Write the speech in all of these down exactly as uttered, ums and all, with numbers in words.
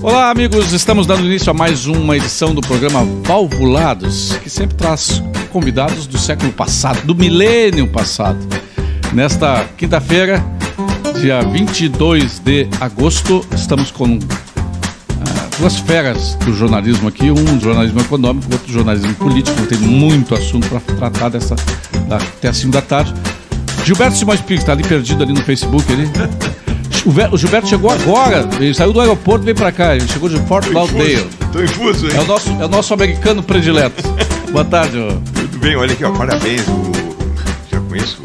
Olá, amigos, estamos dando início a mais uma edição do programa Valvulados, que sempre traz convidados do século passado, do milênio passado. Nesta quinta-feira, dia vinte e dois de agosto, estamos com ah, duas feras do jornalismo aqui, um jornalismo econômico, outro jornalismo político. Tem muito assunto para tratar dessa, da, até às cinco da tarde. Gilberto Simões Pires está ali perdido ali no Facebook. Ali. O Gilberto chegou agora, ele saiu do aeroporto e veio para cá, ele chegou de Fort Lauderdale. Estou infuso, hein? É o nosso, é o nosso americano predileto. Boa tarde. Ó. Tudo bem, olha aqui, ó, parabéns. O, já conheço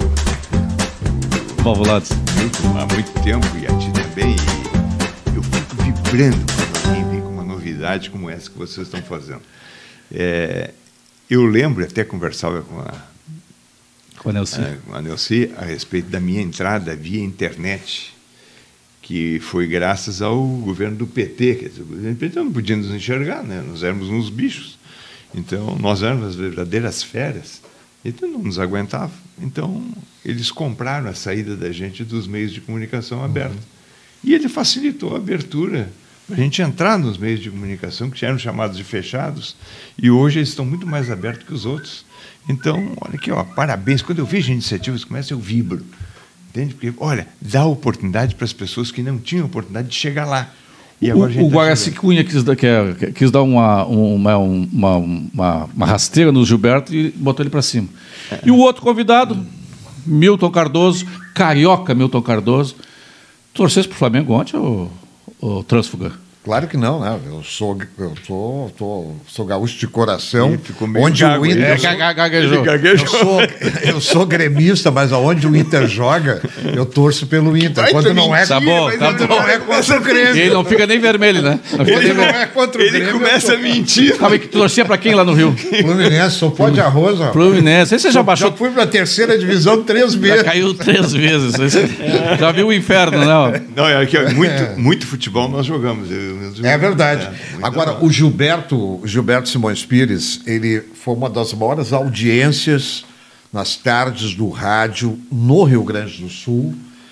o Valvulados há muito tempo e a ti também. E eu fico vibrando quando alguém vem com uma novidade como essa que vocês estão fazendo. É, eu lembro, até conversava com a, com a Nelci. a, com a Nelci a respeito da minha entrada via internet, que foi graças ao governo do P T. Quer dizer, o governo do P T não podia nos enxergar, né? Nós éramos uns bichos. Então, nós éramos as verdadeiras feras. Então, não nos aguentava. Então, eles compraram a saída da gente dos meios de comunicação abertos. E ele facilitou a abertura para a gente entrar nos meios de comunicação, que eram chamados de fechados, e hoje eles estão muito mais abertos que os outros. Então, olha aqui, ó, parabéns. Quando eu vejo iniciativas como essa, eu vibro. Entende? Porque, olha, dá oportunidade para as pessoas que não tinham oportunidade de chegar lá. E agora o o tá Guaraci Cunha quis, quis, quis dar uma, uma, uma, uma, uma rasteira no Gilberto e botou ele para cima. É. E o outro convidado, Milton Cardoso, carioca Milton Cardoso. Torcesse para o Flamengo ontem, ou, ou trânsfuga? Claro que não, né? Eu sou, eu sou, tô, sou gaúcho de coração. Onde gago, o Inter. Eu, gaguejou. eu, sou, eu sou gremista, mas aonde o Inter joga, eu torço pelo Inter. Vai quando não é, tá bom, tá quando bom. não é contra o Grêmio. Ele não fica nem vermelho, né? Não fica Ele nem não vermelho. é contra o Ele Grêmio. começa a mentir. Sabe que tu torcia para quem lá no Rio? Fluminense, sou pó de arroz. Ó. Fluminense. Aí você já baixou. Já fui para a terceira divisão três Já vezes. caiu três vezes. Você já viu o inferno, não? Não, é que muito, é. muito futebol nós jogamos. Eu, eu, é verdade. É, Agora, bom. o Gilberto, Gilberto Simões Pires, ele foi uma das maiores audiências nas tardes do rádio no Rio Grande do Sul.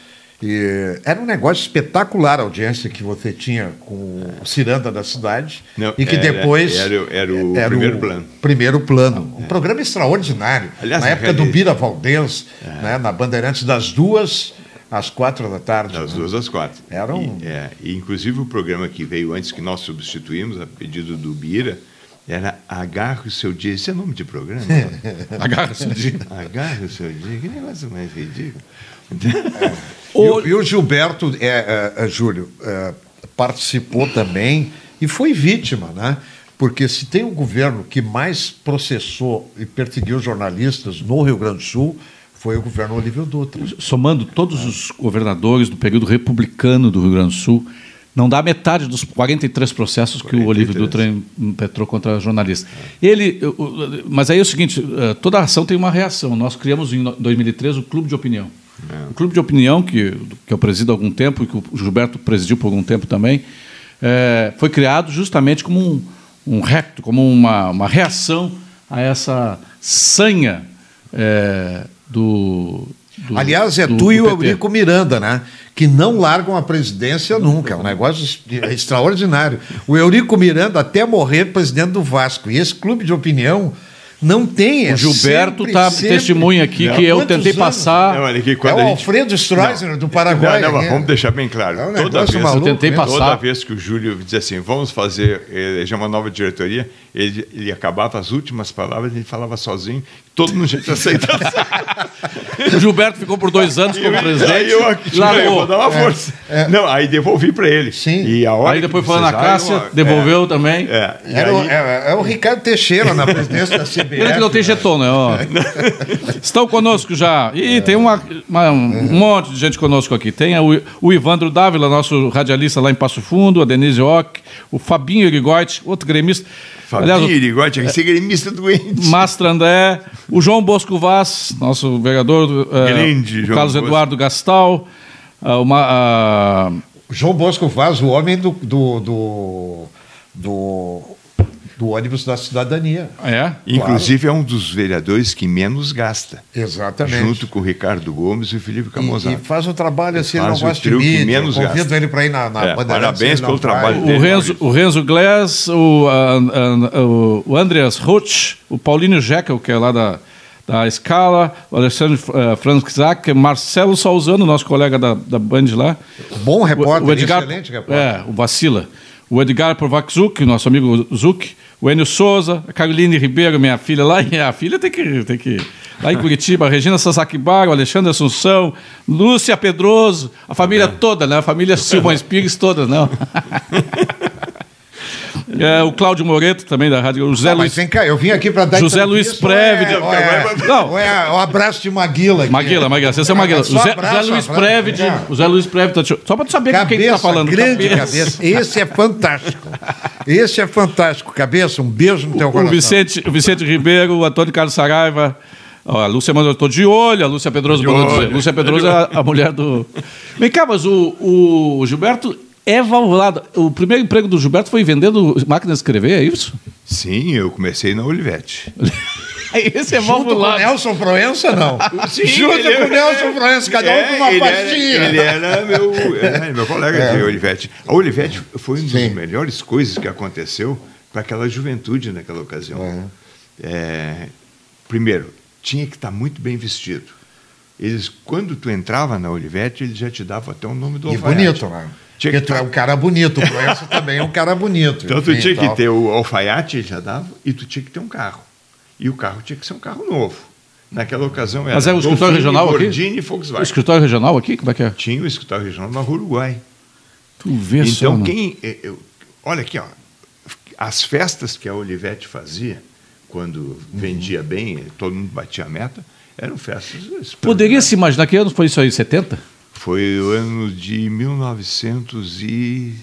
E era um negócio espetacular a audiência que você tinha com o Ciranda da cidade. Não, e que era, depois... Era, era o era primeiro o plano. Primeiro plano. Um programa extraordinário. Aliás, na época do Bira Valdez, é. né, na Bandeirantes, das duas às quatro da tarde. Das né? duas às quatro. Era um... e, é, e, inclusive, o programa que veio antes, que nós substituímos, a pedido do Bira, era Agarre o Seu Dia. Esse é o nome de programa? Agarre o Seu Dia. Agarre o Seu Dia. Que negócio mais ridículo. É. E, o, e o Gilberto, é, é, é, Júlio, é, participou também e foi vítima, né? Porque se tem um governo que mais processou e perseguiu jornalistas no Rio Grande do Sul, foi o governo Olívio Dutra. Somando todos é. os governadores do período republicano do Rio Grande do Sul, não dá metade dos quarenta e três processos que quarenta e três. O Olívio Dutra impetrou contra jornalistas. Ele, mas aí é o seguinte, toda ação tem uma reação. Nós criamos em dois mil e treze o Clube de Opinião. É. O Clube de Opinião, que, que eu presido há algum tempo, e que o Gilberto presidiu por algum tempo também, é, foi criado justamente como um, um recto, como uma, uma reação a essa sanha é, do, do... Aliás, é do, tu do e o P T. Eurico Miranda, né? Que não largam a presidência nunca. É um negócio extraordinário. O Eurico Miranda, até morrer, presidente do Vasco. E esse Clube de Opinião... Não tem, é o Gilberto está testemunha aqui não, que eu tentei anos? passar. Não, aqui, é o gente... Alfredo Stroessner do Paraguai. Não, não, é. Vamos deixar bem claro. É um toda vez, maluco, eu tentei né? passar. Toda vez que o Júlio dizia assim, vamos fazer, eleger uma nova diretoria, ele, ele acabava as últimas palavras, ele falava sozinho, todo mundo já tinha aceitado. O Gilberto ficou por dois anos como presidente. Aí eu, aqui, eu vou dar uma força. É, é. Não, aí devolvi para ele. Sim. E a hora aí depois foi na Cássia, uma... devolveu é. também. É. Era aí... o, é, é o Ricardo Teixeira na presidência da C B F. Ele que não tem jeton, né? Ó. Estão conosco já. E é. tem uma, uma, um é. monte de gente conosco aqui. Tem o, o Ivandro Dávila, nosso radialista lá em Passo Fundo, a Denise Ock, o Fabinho Irigoite, outro gremista. Fabinho Irigoite, esse gremista doente. Mastra André, o João Bosco Vaz, nosso vereador, Grande, uh, João Carlos Bosco. Eduardo Gastal, uh, uma, uh, João Bosco Vaz, o homem do, do, do, do do ônibus da cidadania. É? Inclusive claro. É um dos vereadores que menos gasta. Exatamente. Junto com o Ricardo Gomes e o Felipe Camozato. E, e faz um trabalho assim, ele não gosta de mídia. Menos Convido gasta. ele para ir na, na é, Parabéns pelo trabalho o dele. Renzo, o Renzo Glass, o, a, a, o, o Andreas Rutsch, o Paulinho Jekyll, que é lá da, da Scala, o Alexandre uh, Franzak, Marcelo Salzano, nosso colega da, da Band lá. Bom repórter, o, o Edgar, excelente repórter. É, o Vacila. O Edgar Provak-Zuk, nosso amigo Zuk, o Enio Souza, a Caroline Ribeiro, minha filha lá, e a filha tem que, tem que lá em Curitiba, a Regina Sasaki Bar, o Alexandre Assunção, Lúcia Pedroso, a família é. toda, né? A família Silvões Pires toda, não. É, o Cláudio Moreto também da rádio, o José ah, Luiz. Mas vem cá, eu vim aqui para dar José Luiz Preve. É, ou é, não, ou é o abraço de Maguila. Aqui. Maguila, Maguila, você é Maguila. José, José Luiz Preve, de, é. José Luiz Preve, tá, só para tu saber com quem que tá falando. Grande cabeça. cabeça. Esse é fantástico. Esse é fantástico, cabeça. Um beijo no teu o, coração. O Vicente, o Vicente Ribeiro, o Antônio Carlos Saraiva. Ó, a Lúcia mandou, eu tô de olho, a Lúcia Pedroso mandou dizer. Lúcia Pedroso é a, a mulher do. Vem cá, mas o, o Gilberto é valvulado. O primeiro emprego do Gilberto foi vendendo máquina de escrever, é isso? Sim, eu comecei na Olivete. Esse é Junto valvulado. com o Nelson Proença, não? Sim, Junto com o Nelson Proença, cada um com uma ele pastinha. Era, ele era meu, era meu colega É. de Olivete. A Olivete foi uma Sim. das melhores coisas que aconteceu para aquela juventude naquela ocasião. Uhum. É, primeiro, tinha que estar muito bem vestido. Eles, quando tu entrava na Olivete, eles já te davam até o nome do E alfaiate. bonito, né? Tinha Porque que tu é um cara bonito, o Proença também é um cara bonito. Então tu enfim, tinha tal. que ter o alfaiate, ele já dava, e tu tinha que ter um carro. E o carro tinha que ser um carro novo. Naquela ocasião era Mas é o escritório Dolphine, regional aqui? Gordini e O Volkswagen. escritório regional aqui, como é que é? Tinha o escritório regional na Rua Uruguai. Tu vê só, Então, não? quem. Eu, olha aqui, ó, as festas que a Olivete fazia, quando Uhum. vendia bem, todo mundo batia a meta, eram festas. Poderia se imaginar que ano foi isso aí, setenta? Foi o ano de mil novecentos e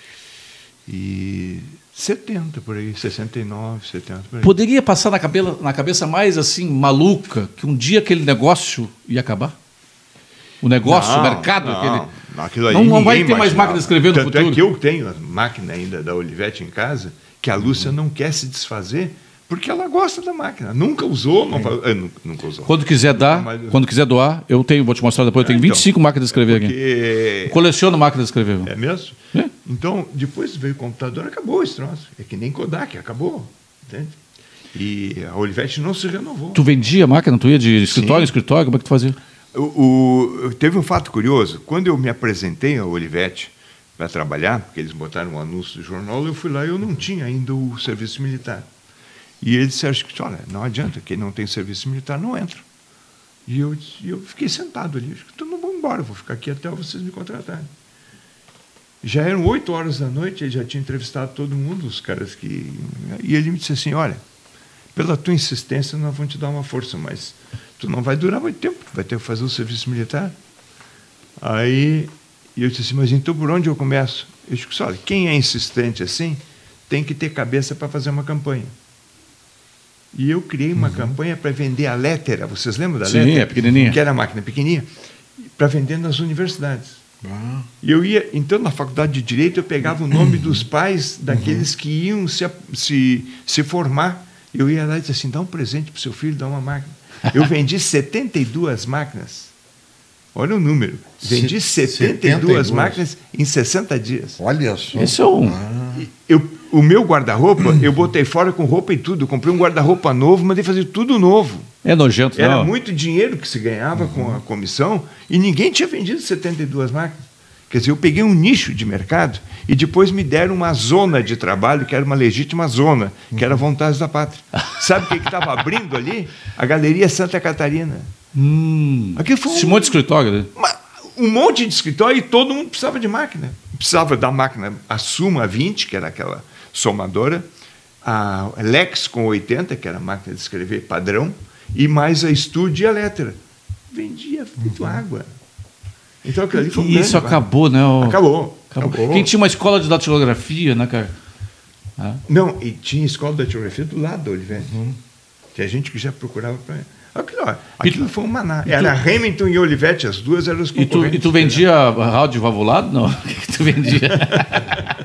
setenta, por aí, sessenta e nove, setenta, por aí. Poderia passar na cabeça, na cabeça mais assim, maluca, que um dia aquele negócio ia acabar? O negócio, Não, o mercado? não, aquele... aquilo ali Não, não vai ninguém ter mais imaginava. máquina de escrever no Tanto futuro. é que eu tenho a máquina ainda da Olivete em casa, que a Lúcia não quer se desfazer, porque ela gosta da máquina. Nunca usou, não, ah, nunca, nunca usou. Quando quiser dar, Mas- quando quiser doar, eu tenho, vou te mostrar depois, eu tenho É, então, vinte e cinco máquinas de escrever aqui. Porque... Eu coleciono máquinas de escrever. É mesmo? É. Então, depois veio o computador, acabou esse troço. É que nem Kodak, acabou. Entende? E a Olivete não se renovou. Tu vendia máquina? Tu ia de escritório Sim. em escritório? Como é que tu fazia? O, o- teve um fato curioso. Quando eu me apresentei à Olivete para trabalhar, porque eles botaram um anúncio do jornal, eu fui lá e eu não tinha ainda o serviço militar. E eles disseram, olha, não adianta, quem não tem serviço militar não entra. E eu, disse- eu fiquei sentado ali. Então não vou embora, vou ficar aqui até vocês me contratarem. Já eram oito horas da noite, ele já tinha entrevistado todo mundo, os caras que... E ele me disse assim, olha, pela tua insistência nós vamos te dar uma força, mas tu não vai durar muito tempo, tu vai ter que fazer o serviço militar. Aí eu disse assim, mas então por onde eu começo? Eu disse, olha, quem é insistente assim, tem que ter cabeça para fazer uma campanha. E eu criei uma uhum. campanha para vender a Lettera, vocês lembram da Sim, Lettera? é pequenininha. Que era a máquina pequenininha, para vender nas universidades. Ah. E eu ia, então, na faculdade de Direito, eu pegava o nome dos pais daqueles que iam se, se, se formar. Eu ia lá e disse assim, dá um presente para o seu filho, dá uma máquina. Eu vendi setenta e duas máquinas. Olha o número. Vendi setenta e duas máquinas em sessenta dias. Olha só. Esse é um... Ah. Eu, o meu guarda-roupa, eu botei fora com roupa e tudo. Eu comprei um guarda-roupa novo, mandei fazer tudo novo. É nojento, Era não. muito dinheiro que se ganhava uhum. com a comissão e ninguém tinha vendido setenta e duas máquinas. Quer dizer, eu peguei um nicho de mercado e depois me deram uma zona de trabalho, que era uma legítima zona, que era Vontades da Pátria. Sabe o que estava abrindo ali? A Galeria Santa Catarina. Hum. Aqui foi um, Esse monte de escritório, né? uma, um monte de escritório e todo mundo precisava de máquina. Precisava da máquina, a Suma vinte, que era aquela somadora, a Lex com oitenta, que era a máquina de escrever padrão, e mais a Studio e a Lettera. Vendia feito uhum. água. Então aquilo ali foi um E isso grande, acabou, né? O... Acabou. acabou. Acabou. Quem tinha uma escola de datilografia, né, cara? Ah. Não, e tinha escola de datilografia do lado da Olivete. Uhum. Tinha gente que já procurava para... Aquilo, ó, aquilo foi um maná. Era tu... Hamilton e Olivete, as duas eram os concorrentes. E tu, e tu vendia rádio valvulado? Não, o que tu vendia?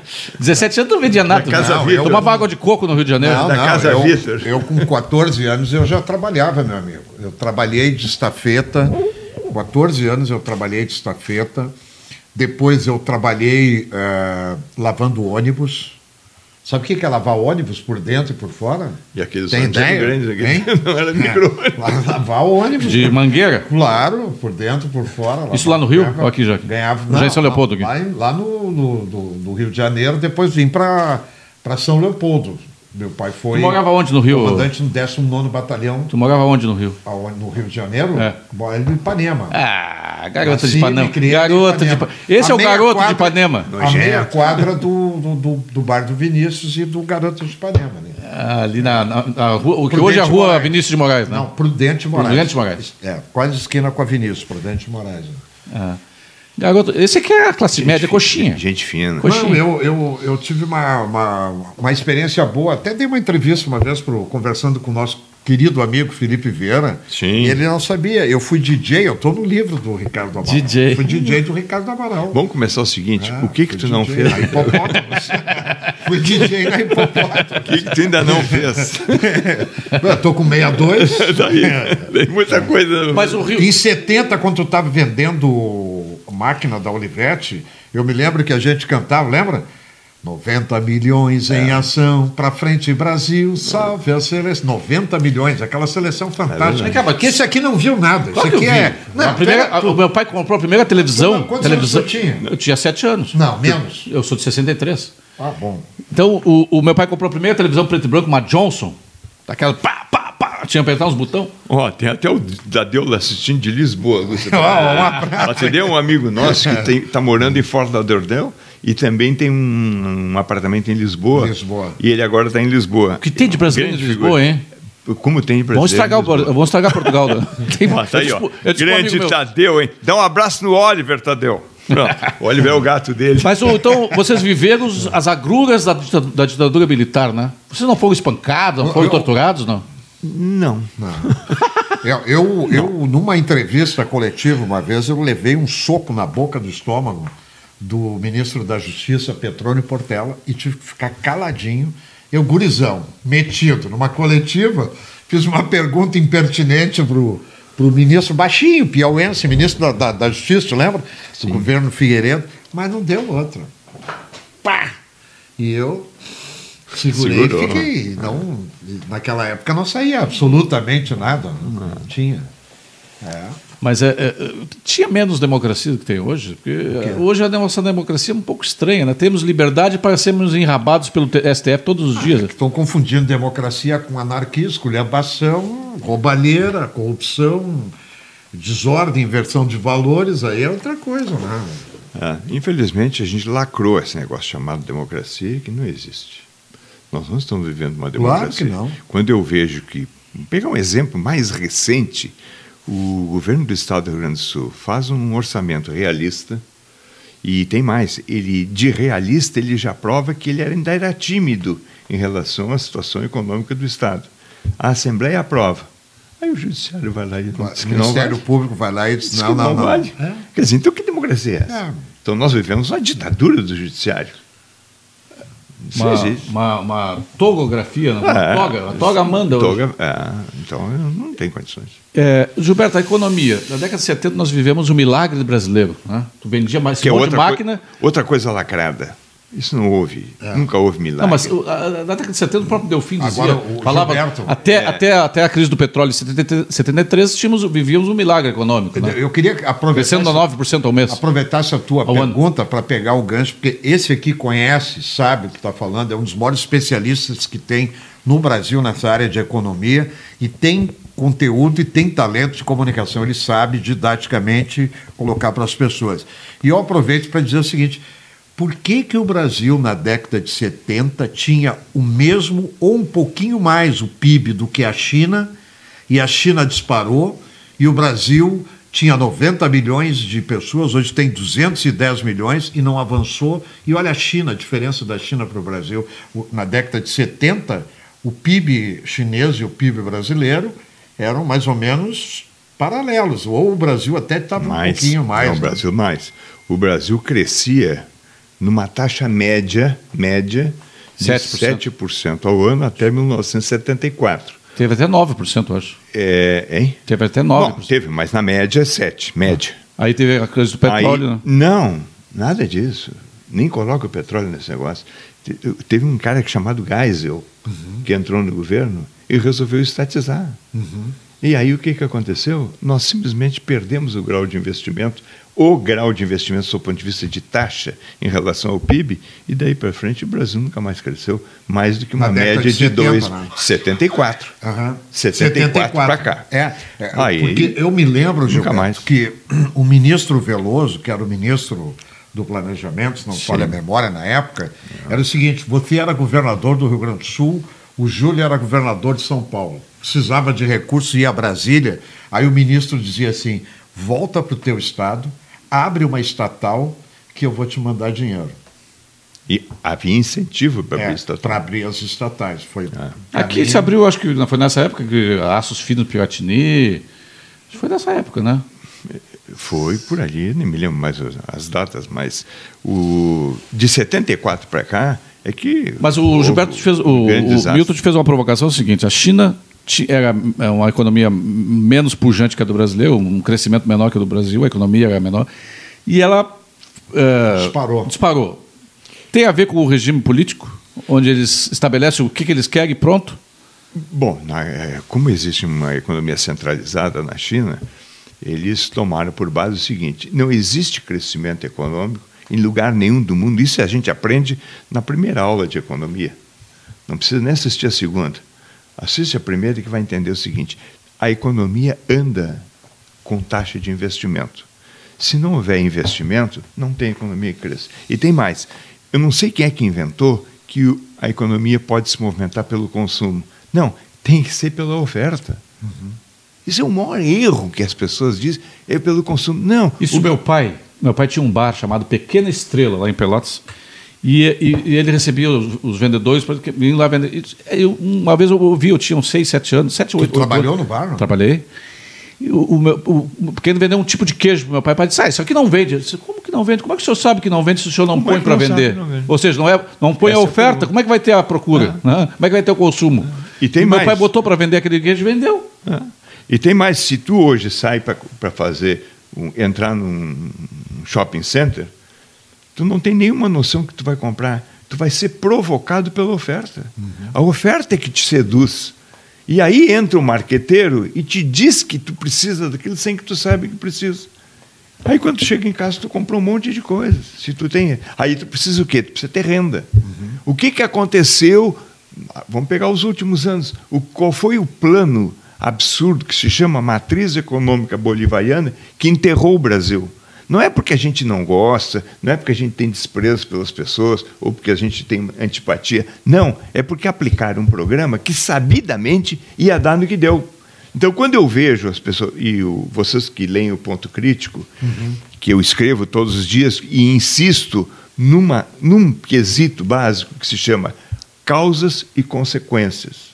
dezessete anos não vendia nada. Da Casa não, Vitor. Tomava água de coco no Rio de Janeiro. Não, da não, Casa eu, Vitor. eu com quatorze anos eu já trabalhava, meu amigo. Eu trabalhei de estafeta, quatorze anos eu trabalhei de estafeta, depois eu trabalhei uh, lavando ônibus. Sabe o que é lavar ônibus por dentro e por fora? E aqueles Tem ônibus ideia? grandes aqui. Hein? Não era micro. É, lavar ônibus. De mangueira? Claro, por dentro, por fora. Isso lá no Rio? Ganhava, Ou aqui já? Ganhava, Já em São Leopoldo aqui? Lá, em- lá no, no, no- no Rio de Janeiro, depois vim para São Leopoldo. Meu pai foi Tu morava onde no Rio? comandante no décimo nono Batalhão, Tu morava onde no Rio? aonde- no Rio de Janeiro, É. é. em Ipanema. Ah, garota Nasci, de Ipanema. me criei em Garota de Ipanema. Ipanema. Esse A é o meia garoto quadra- de Ipanema. A meia quadra do, do, do, do bar do Vinícius e do Garoto de Ipanema. Né? Ah, ali na, na- na rua, o que Prudente hoje é a rua Moraes. Vinícius de Moraes, né? Não, Prudente Moraes. Prudente Moraes. É, quase esquina com a Vinícius, Prudente Moraes. Né? Ah. Garoto, esse aqui é a classe média coxinha. Gente fina. Coxinha. Não, eu, eu, eu tive uma, uma, uma experiência boa. Até dei uma entrevista uma vez pro, conversando com o nosso querido amigo Felipe Vieira. Sim. E ele não sabia. Eu fui D J, eu estou no livro do Ricardo Amaral. D J. Fui D J do Ricardo Amaral. Vamos começar o seguinte: Ah, o que que fui tu não D J fez? Na Hipopótamos. Fui D J na Hipopótamos. O que que tu ainda não fez? Eu estou com sessenta e dois. Daí, tem muita coisa. Mas o Rio. Em setenta, quando tu estava vendendo a máquina da Olivetti, eu me lembro que a gente cantava, lembra? noventa milhões em ação, pra frente Brasil, salve a seleção. noventa milhões, aquela seleção fantástica. É verdade. Porque esse aqui não viu nada. Claro Esse que eu aqui vi. é. Não, A primeira- pera, a- tu- o meu pai comprou a primeira televisão. Quantos televisão anos tu tinha? Eu tinha sete anos. Não, menos. Eu sou de sessenta e três. Ah, bom. Então, o, o meu pai comprou a primeira televisão preto e branco, uma Johnson. Daquela pá, pá, pá. Tinha que apertar uns botões. Ó, tem até o Dadeu assistindo de Lisboa. Você Ó, um abraço. Atendeu um amigo nosso que está morando em Fort Lauderdale e também tem um, um apartamento em Lisboa. Lisboa. E ele agora está em Lisboa. O que tem de brasileiro em Grande Lisboa, figura. hein? Como tem de brasileiro Vamos estragar, em Lisboa. o, vamos estragar Portugal. né? Tem, Ó, tá aí, ó. eu disse- eu disse pro amigo Grande meu. Tadeu, hein? Dá um abraço no Oliver, Tadeu. Pronto. O Oliver é o gato dele. Mas o- então, vocês viveram os- as agruras da, dita- da ditadura militar, né? Vocês não foram espancados, não foram Eu- torturados, não? Não. Eu, eu, eu, numa entrevista coletiva, uma vez, eu levei um soco na boca do estômago do ministro da Justiça, Petrônio Portela, e tive que ficar caladinho. Eu, gurizão, metido numa coletiva, fiz uma pergunta impertinente para o ministro baixinho, piauense, ministro da, da, da Justiça, lembra? Do governo Figueiredo, mas não deu outra. Pá! E eu segurei Segurou, e fiquei. Não, naquela época não saía absolutamente nada, não, não tinha. É. Mas é, é, tinha menos democracia do que tem hoje? Porque é, hoje a nossa democracia é um pouco estranha, né? Temos liberdade para sermos enrabados pelo S T F todos os dias. Estão confundindo democracia com anarquia, esculhambação, roubalheira, corrupção, desordem, inversão de valores, aí é outra coisa, né? Ah, infelizmente, a gente lacrou esse negócio chamado democracia, que não existe. Nós não estamos vivendo uma Claro que democracia. não. Quando eu vejo que... Vou pegar um exemplo mais recente. O governo do Estado do Rio Grande do Sul faz um orçamento realista e tem mais. Ele, de realista, ele já prova que ele ainda era tímido em relação à situação econômica do Estado. A Assembleia aprova. Aí o Judiciário vai lá e diz O que não Ministério vale. Público vai lá e diz, Diz não, que não, não. vale. É. Quer dizer, então que democracia é essa? É. Então nós vivemos uma ditadura do Judiciário. Isso Uma, existe. uma, uma togografia, né? uma É. toga. A toga manda hoje. Toga, é, então não tem condições. É, Gilberto, a economia. Na década de setenta nós vivemos o milagre brasileiro. Né? Tu vendia mais Que é monte outra, de máquina. coi- outra coisa lacrada. Isso não houve. Nunca houve milagre. Não, mas o- a- na década de setenta o próprio Delfim dizia, Agora, o falava, Gilberto, até, é. até, até a crise do petróleo em setenta, setenta e três, tínhamos, vivíamos um milagre econômico. Né? Eu queria aproveitar, Crescendo a essa, nove por cento ao mês. aproveitar essa tua Ao ano. pergunta para pegar o gancho, porque esse aqui conhece, sabe o que está falando, é um dos maiores especialistas que tem no Brasil nessa área de economia e tem conteúdo e tem talento de comunicação. Ele sabe didaticamente colocar para as pessoas. E eu aproveito para dizer o seguinte: por que, que o Brasil, na década de setenta, tinha o mesmo ou um pouquinho mais o P I B do que a China, e a China disparou, e o Brasil tinha noventa milhões de pessoas, hoje tem duzentos e dez milhões e não avançou? E olha a China, a diferença da China para o Brasil. O- Na década de setenta, o P I B chinês e o P I B brasileiro eram mais ou menos paralelos, ou o Brasil até estava um mais, pouquinho mais. Não, o né? Brasil mais. O Brasil crescia numa taxa média, média de sete por cento. sete por cento ao ano até mil novecentos e setenta e quatro. Teve até nove por cento, eu acho. É, hein? Teve até nove por cento. Bom, teve, mas na média é sete por cento, média. Aí teve a crise do petróleo, Aí, né? Não, nada disso. Nem coloca o petróleo nesse negócio. Teve um cara chamado Geisel, uhum. que entrou no governo e resolveu estatizar. Uhum. E aí o que, que aconteceu? Nós simplesmente perdemos o grau de investimento, o grau de investimento do ponto de vista de taxa em relação ao P I B, e daí para frente o Brasil nunca mais cresceu, mais do que uma média de dois, né? setenta e quatro. Uhum. setenta e quatro para cá. É, é aí, porque eu me lembro, Gilberto, mais. que o ministro Veloso, que era o ministro do Planejamento, se não falha a memória na época, é. era o seguinte: você era governador do Rio Grande do Sul, o Júlio era governador de São Paulo, precisava de recursos, ia a Brasília, aí o ministro dizia assim: volta para o teu estado, abre uma estatal que eu vou te mandar dinheiro. E havia incentivo para é, abrir estatal. Para abrir as estatais. Foi é. Aqui se abriu, acho que foi nessa época que Aços Finos Piratini, foi nessa época, né? Foi por ali, nem me lembro mais as datas, mas o, de setenta e quatro para cá é que... Mas o Gilberto te fez, o, o Milton te fez uma provocação seguinte: a China era uma economia menos pujante que a do brasileiro, um crescimento menor que a do Brasil, a economia era menor, e ela é, disparou. disparou. Tem a ver com o regime político, onde eles estabelecem o que, que eles querem e pronto? Bom, na, como existe uma economia centralizada na China, eles tomaram por base o seguinte: não existe crescimento econômico em lugar nenhum do mundo. Isso a gente aprende na primeira aula de economia. Não precisa nem assistir a segunda. Assiste a primeira que vai entender o seguinte: a economia anda com taxa de investimento. Se não houver investimento, não tem economia que cresça. E tem mais. Eu não sei quem é que inventou que a economia pode se movimentar pelo consumo. Não, tem que ser pela oferta. Uhum. Isso é o maior erro que as pessoas dizem, é pelo consumo. Não. Isso o meu pai, meu pai tinha um bar chamado Pequena Estrela, lá em Pelotas, e, e, e ele recebia os, os vendedores para vir lá vender. Eu, uma vez eu ouvi, eu tinha uns seis, sete anos, sete, oito. Tu trabalhou no bar, não? Trabalhei. E o, o, meu, o, o pequeno vendeu um tipo de queijo para meu pai. O pai disse: ah, isso aqui não vende. Eu disse: como que não vende? Como é que o senhor sabe que não vende se o senhor não como põe é para vender? Ou seja, não, é, não põe Essa a oferta, é como é que vai ter a procura? É. Né? Como é que vai ter o consumo? É. E tem e mais. Meu pai botou para vender aquele queijo e vendeu. É. E tem mais, se tu hoje sai para fazer, um, entrar num shopping center, tu não tem nenhuma noção que tu vai comprar. Tu vai ser provocado pela oferta. Uhum. A oferta é que te seduz. E aí entra o marqueteiro e te diz que tu precisa daquilo sem que tu saiba que precisa. Aí quando tu chega em casa, tu compra um monte de coisas. Se tu tem, aí tu precisa o quê? Tu precisa ter renda. Uhum. O que, que aconteceu? Vamos pegar os últimos anos. O, qual foi o plano absurdo que se chama matriz econômica bolivariana que enterrou o Brasil? Não é porque a gente não gosta, não é porque a gente tem desprezo pelas pessoas ou porque a gente tem antipatia. Não, é porque aplicaram um programa que sabidamente ia dar no que deu. Então, quando eu vejo as pessoas, e o, vocês que leem o Ponto Crítico, uhum. que eu escrevo todos os dias e insisto numa, num quesito básico que se chama causas e consequências.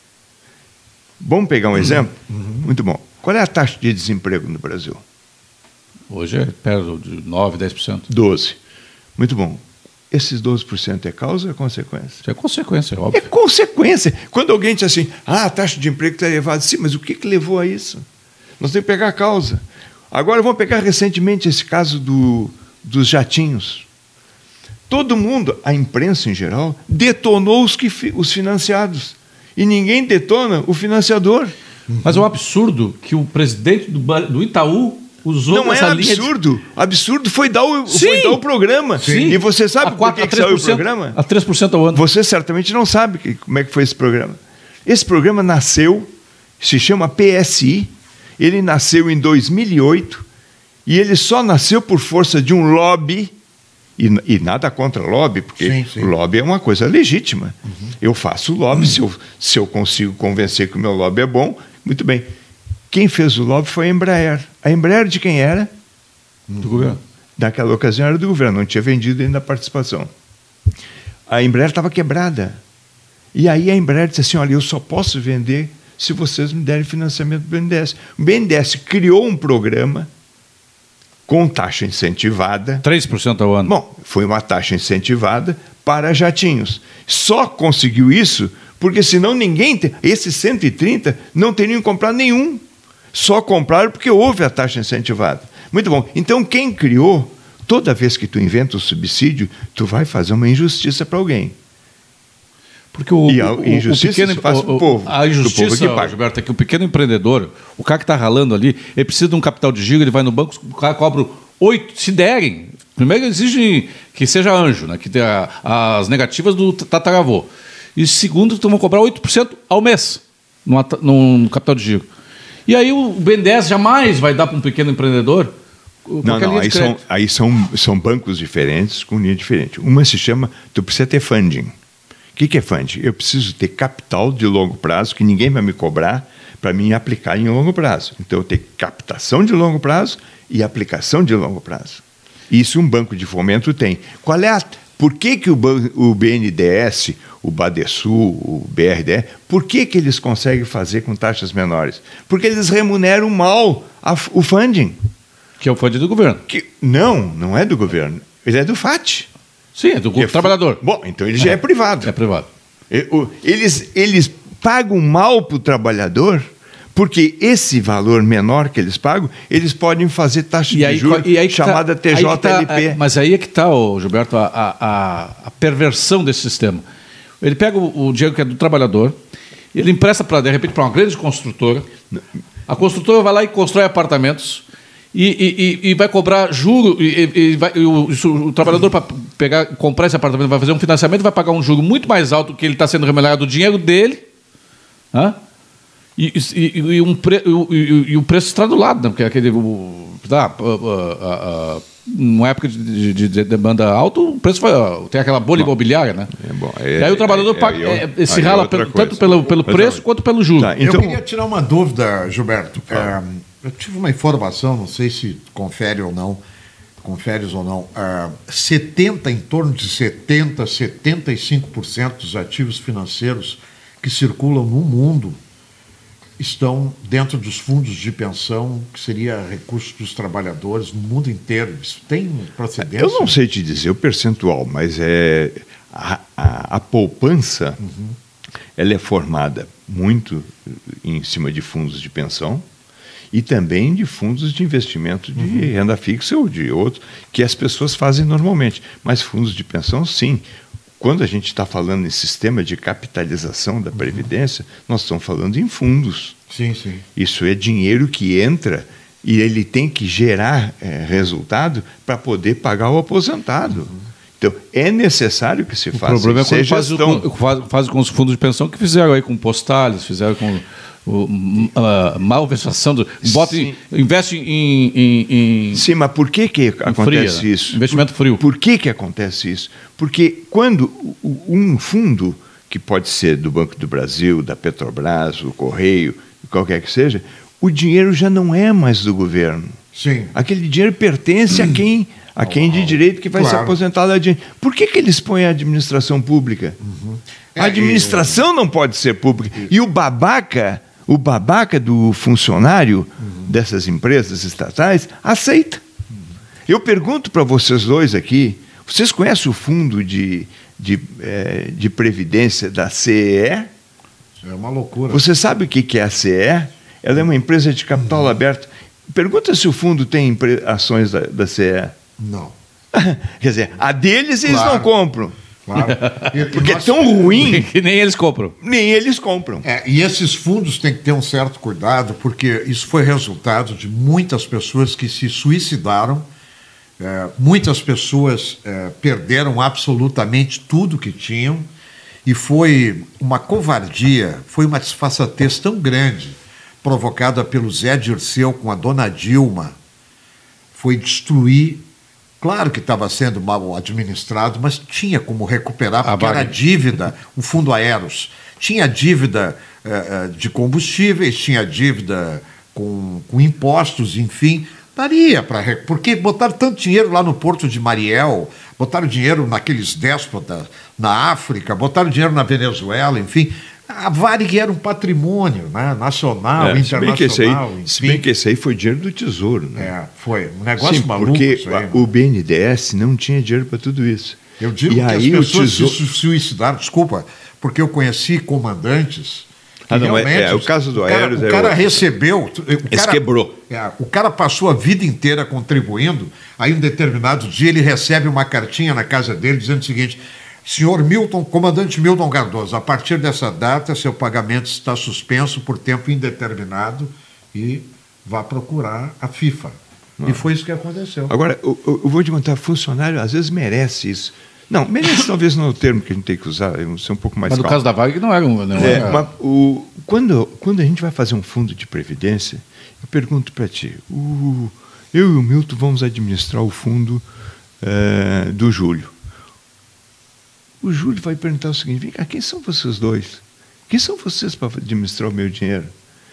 Vamos pegar um uhum. exemplo? Uhum. Muito bom. Qual é a taxa de desemprego no Brasil? Hoje é perto de nove, dez por cento. doze. Muito bom. Esses doze por cento é causa ou é consequência? É consequência, é óbvio. É consequência. Quando alguém diz assim, ah, a taxa de emprego está elevada. Sim, mas o que, que levou a isso? Nós temos que pegar a causa. Agora vamos pegar recentemente esse caso do, dos jatinhos. Todo mundo, a imprensa em geral, detonou os, que, os financiados. E ninguém detona o financiador. Mas é um absurdo que o presidente do, do Itaú usou não essa é linha absurdo. De... Absurdo foi dar o, foi dar o programa. Sim. E você sabe por que, que saiu o programa? A três por cento ao ano. Você certamente não sabe que, como é que foi esse programa. Esse programa nasceu, se chama P S I, ele nasceu em dois mil e oito e ele só nasceu por força de um lobby, e, e nada contra lobby, porque sim, sim. o lobby é uma coisa legítima. Uhum. Eu faço lobby, uhum. se, eu, se eu consigo convencer que o meu lobby é bom, muito bem. Quem fez o lobby foi a Embraer. A Embraer de quem era? Do governo. Naquela ocasião era do governo, não tinha vendido ainda a participação. A Embraer estava quebrada. E aí a Embraer disse assim, olha, eu só posso vender se vocês me derem financiamento do B N D E S. O B N D E S criou um programa com taxa incentivada. três por cento ao ano. Bom, foi uma taxa incentivada para jatinhos. Só conseguiu isso porque senão ninguém... Te... Esses cento e trinta não teriam comprado nenhum. Só compraram porque houve a taxa incentivada. Muito bom. Então, quem criou, toda vez que tu inventa o subsídio, tu vai fazer uma injustiça para alguém. Porque o, e a injustiça o pequeno, se faz o, para o povo. A injustiça, povo que paga. Gilberto, é que o pequeno empreendedor, o cara que está ralando ali, ele precisa de um capital de giro, ele vai no banco, o cara cobra oito, se derem. Primeiro exige que seja anjo, né, que tenha as negativas do tataravô. E segundo, tu vão cobrar oito por cento ao mês no, no capital de giro. E aí o B N D E S jamais vai dar para um pequeno empreendedor. Não, não, aí, são, aí são, são bancos diferentes com linha diferente. Uma se chama, tu precisa ter funding. O que, que é funding? Eu preciso ter capital de longo prazo que ninguém vai me cobrar para mim aplicar em longo prazo. Então eu tenho captação de longo prazo e aplicação de longo prazo. Isso um banco de fomento tem. Qual é a, por que, que o, o B N D E S, o Badesul, o B R D E, por que, que eles conseguem fazer com taxas menores? Porque eles remuneram mal a, o funding. Que é o funding do governo. Que, não, não é do governo. Ele é do F A T. Sim, é do é trabalhador. Bom, então ele já é, é privado. É privado. Eles, eles pagam mal para o trabalhador, porque esse valor menor que eles pagam, eles podem fazer taxa e aí, de juros e aí chamada tá, T J L P. Tá, é, mas aí é que está, Gilberto, a, a, a perversão desse sistema. Ele pega o, o dinheiro que é do trabalhador, ele empresta, pra, de repente, para uma grande construtora, a construtora vai lá e constrói apartamentos, E, e, e vai cobrar juro, e, e vai, e o, o trabalhador, para pegar, comprar esse apartamento, vai fazer um financiamento, vai pagar um juro muito mais alto que ele está sendo remunerado do dinheiro dele, né? e, e, e, um pre, e, e o preço estradulado, né? Porque aquele, o, tá, a, a, a, numa época de, de, de demanda alta, o preço vai, tem aquela bolha bom, imobiliária, né? É bom, é, e aí o trabalhador é, paga, é, é, se rala é tanto pelo, pelo preço quanto pelo juro. Tá, então... Eu queria tirar uma dúvida, Gilberto. É, eu tive uma informação, não sei se confere ou não, conferes ou não, uh, setenta, em torno de setenta, setenta e cinco por cento dos ativos financeiros que circulam no mundo estão dentro dos fundos de pensão, que seria recursos dos trabalhadores no mundo inteiro. Isso tem procedência? Eu não sei te dizer o percentual, mas é a, a, a poupança, uhum. ela é formada muito em cima de fundos de pensão, e também de fundos de investimento de uhum. renda fixa ou de outros, que as pessoas fazem normalmente. Mas fundos de pensão, sim. Quando a gente está falando em sistema de capitalização da Previdência, uhum. nós estamos falando em fundos. Sim, sim. Isso é dinheiro que entra e ele tem que gerar é, resultado para poder pagar o aposentado. Uhum. Então, é necessário que se faça. O problema é quando faz, faz, faz com os fundos de pensão que fizeram aí com Postales, fizeram com... O, a malversação do bota em, investe em, em, em sim, mas por que que acontece fria, isso? Investimento frio. Por, por que que acontece isso? Porque quando um fundo que pode ser do Banco do Brasil, da Petrobras, do Correio, qualquer que seja, o dinheiro já não é mais do governo. Sim. Aquele dinheiro pertence hum. a quem a quem de direito que vai claro. se aposentar lá adiante. Por que que eles põem a administração pública? Uhum. A administração é, é, não pode ser pública. É, e o babaca O babaca do funcionário uhum. dessas empresas estatais aceita. Uhum. Eu pergunto para vocês dois aqui, vocês conhecem o fundo de, de, é, de previdência da C E E? É uma loucura. Você sabe o que é a C E E? Ela é uma empresa de capital uhum. aberto. Pergunta se o fundo tem ações da, da C E E. Não. Quer dizer, a deles eles claro. não compram. Claro. E, Porque nós... é tão ruim que nem eles compram. Nem eles compram. É, e esses fundos têm que ter um certo cuidado, porque isso foi resultado de muitas pessoas que se suicidaram, é, muitas pessoas é, perderam absolutamente tudo que tinham, e foi uma covardia, foi uma desfaçatez tão grande, provocada pelo Zé Dirceu com a dona Dilma, foi destruir. Claro que estava sendo mal administrado, mas tinha como recuperar, porque era dívida, o Fundo Aeros. Tinha dívida uh, de combustíveis, tinha dívida com, com impostos, enfim. Daria para... Porque botaram tanto dinheiro lá no Porto de Mariel, botaram dinheiro naqueles déspotas na África, botaram dinheiro na Venezuela, enfim. A Varig era um patrimônio, né? Nacional, É, se bem que esse aí, internacional. enfim. se bem que esse aí foi dinheiro do Tesouro, né? É, foi um negócio Sim, maluco. porque isso aí, o B N D E S não tinha dinheiro para tudo isso. Eu digo e que aí as pessoas o tesouro... se suicidaram, desculpa, porque eu conheci comandantes. Ah, não, é, realmente, é, o caso do o cara, Aéreos o é cara outro. recebeu. O Esse cara, quebrou. É, o cara passou a vida inteira contribuindo, aí um determinado dia ele recebe uma cartinha na casa dele dizendo o seguinte: senhor Milton, comandante Milton Cardoso, a partir dessa data seu pagamento está suspenso por tempo indeterminado e vá procurar a FIFA. E foi isso que aconteceu. Agora, eu, eu vou te contar, funcionário às vezes merece isso. Não, merece talvez não é o termo que a gente tem que usar, eu vou ser um pouco mais Mas no calmo. caso da Varig não era um... Não É, era... mas o, quando, quando a gente vai fazer um fundo de previdência, eu pergunto para ti, o, eu e o Milton vamos administrar o fundo é, do Júlio. O Júlio vai perguntar o seguinte: vem cá, quem são vocês dois? Quem são vocês para administrar o meu dinheiro?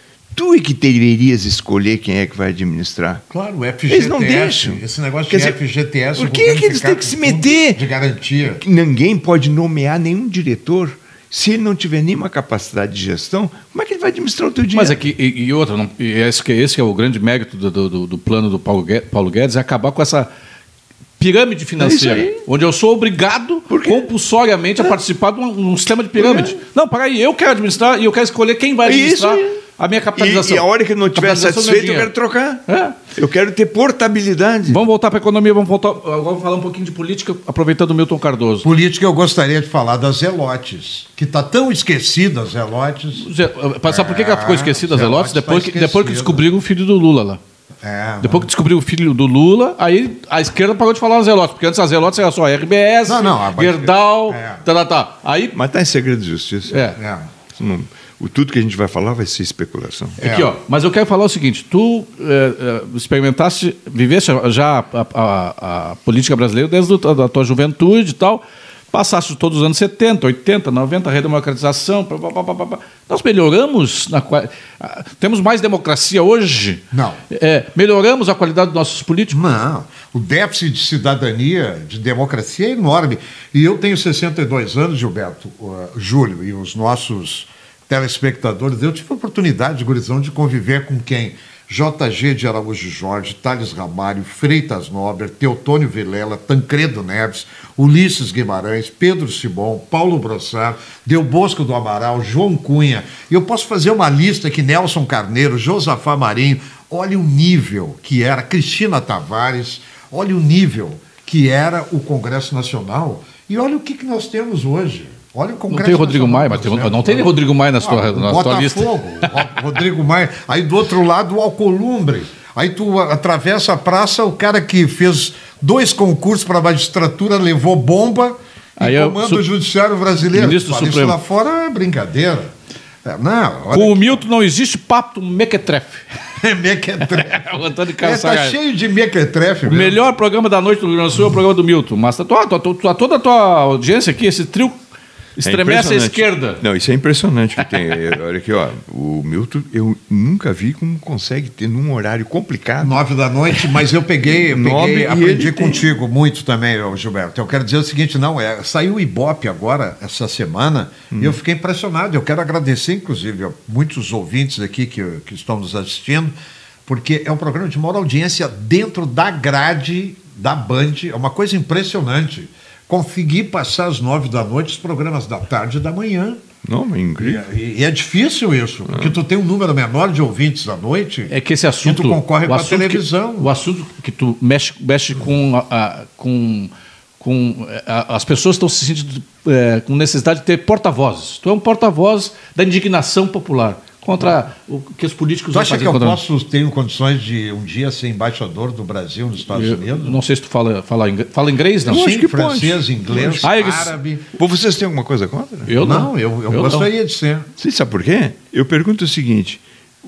Tu é que deverias escolher quem é que vai administrar. Claro, o F G T S. Eles não deixam. Esse negócio Quer de dizer, F G T S. por o que governo que eles ficar têm que com se fundo meter? De garantia. Ninguém pode nomear nenhum diretor se ele não tiver nenhuma capacidade de gestão. Como é que ele vai administrar o teu dinheiro? Mas é que, e, e outra, não, e esse, que, esse que é o grande mérito do, do, do plano do Paulo Guedes, Paulo Guedes, é acabar com essa pirâmide financeira, É onde eu sou obrigado compulsoriamente é. a participar de um, um sistema de pirâmide. É. Não, peraí, eu quero administrar e eu quero escolher quem vai administrar Isso. a minha capitalização. E, e a hora que não estiver satisfeito, eu quero trocar. É. Eu quero ter portabilidade. Vamos voltar para a economia, vamos voltar. Agora vamos falar um pouquinho de política, aproveitando o Milton Cardoso. Política, eu gostaria de falar das Zelotes, que está tão esquecida, as Zelotes. Sabe por que ela ficou esquecida, as Zelotes? Depois que, depois que descobriram o filho do Lula lá. É, Depois que descobriu o filho do Lula, aí a esquerda parou de falar nas Zelotes, porque antes as Zelotes era só R B S, não, não, Gerdau, é. tá, tá, tá. Aí... Mas está em segredo de justiça. É. é. Não, o, tudo que a gente vai falar vai ser especulação. É. Aqui, ó, mas eu quero falar o seguinte: tu é, é, experimentaste, viveste já a, a, a, a política brasileira desde a, a tua juventude e tal. Passaste todos os anos setenta, oitenta, noventa, redemocratização. Pá, pá, pá, pá, pá. Nós melhoramos, na, temos mais democracia hoje? Não. É, melhoramos a qualidade dos nossos políticos? Não. O déficit de cidadania, de democracia é enorme. E eu tenho sessenta e dois anos, Gilberto, uh, Júlio, e os nossos telespectadores, eu tive a oportunidade, gurizão, de conviver com quem? J G de Araújo Jorge, Thales Ramalho, Freitas Nober, Teotônio Vilela, Tancredo Neves, Ulisses Guimarães, Pedro Simão, Paulo Brossard, Del Bosco do Amaral, João Cunha. E eu posso fazer uma lista aqui: Nelson Carneiro, Josafá Marinho. Olha o nível que era Cristina Tavares, olha o nível que era o Congresso Nacional e olha o que, que nós temos hoje. Olha o Congresso. Não tem Rodrigo Maia, mas tem, não tem Rodrigo Maia na sua, na sua lista. Botafogo, Rodrigo Maia. Aí do outro lado o Alcolumbre. Aí tu atravessa a praça, o cara que fez dois concursos para a magistratura levou bomba e aí comanda o Judiciário Brasileiro. Ministro Fala, Supremo. Isso lá fora é brincadeira. É, não, com que... o Milton não existe papo mequetrefe. mequetrefe. O Antônio Carlos é, tá cheio de mequetrefe. O mesmo. Melhor programa da noite do Rio Grande do Sul é o programa do Milton. Mas tá, toda, toda, toda a tua audiência aqui, esse trio estremece é à esquerda. Não, isso é impressionante que tem. Olha aqui, ó, o Milton, eu nunca vi como consegue ter num horário complicado. Nove da noite, mas eu peguei, eu peguei aprendi tem... contigo muito também, Gilberto. Eu quero dizer o seguinte, não, é, saiu o Ibope agora, essa semana, hum. e eu fiquei impressionado. Eu quero agradecer, inclusive, a muitos ouvintes aqui que, que estão nos assistindo, porque é um programa de maior audiência dentro da grade da Band, é uma coisa impressionante. Conseguir passar às nove da noite os programas da tarde e da manhã. Não, é incrível. E, e é difícil isso, ah. porque tu tem um número menor de ouvintes à noite. É que esse assunto. E tu concorre com a televisão. Que, o assunto que tu mexe, mexe com, a, a, com, com a, as pessoas estão se sentindo é, com necessidade de ter porta-vozes. Tu é um porta-voz da indignação popular contra o que os políticos vão fazer. Tu acha que contra... eu posso ter condições de um dia ser embaixador do Brasil nos Estados eu, Unidos? Não sei se tu fala, fala, inglês, fala inglês, não? Eu Sim, acho que francês, pode. Inglês, ah, eles... árabe. Pô, vocês têm alguma coisa contra? Eu não, não eu, eu, eu gostaria não. de ser. Você sabe por quê? Eu pergunto o seguinte,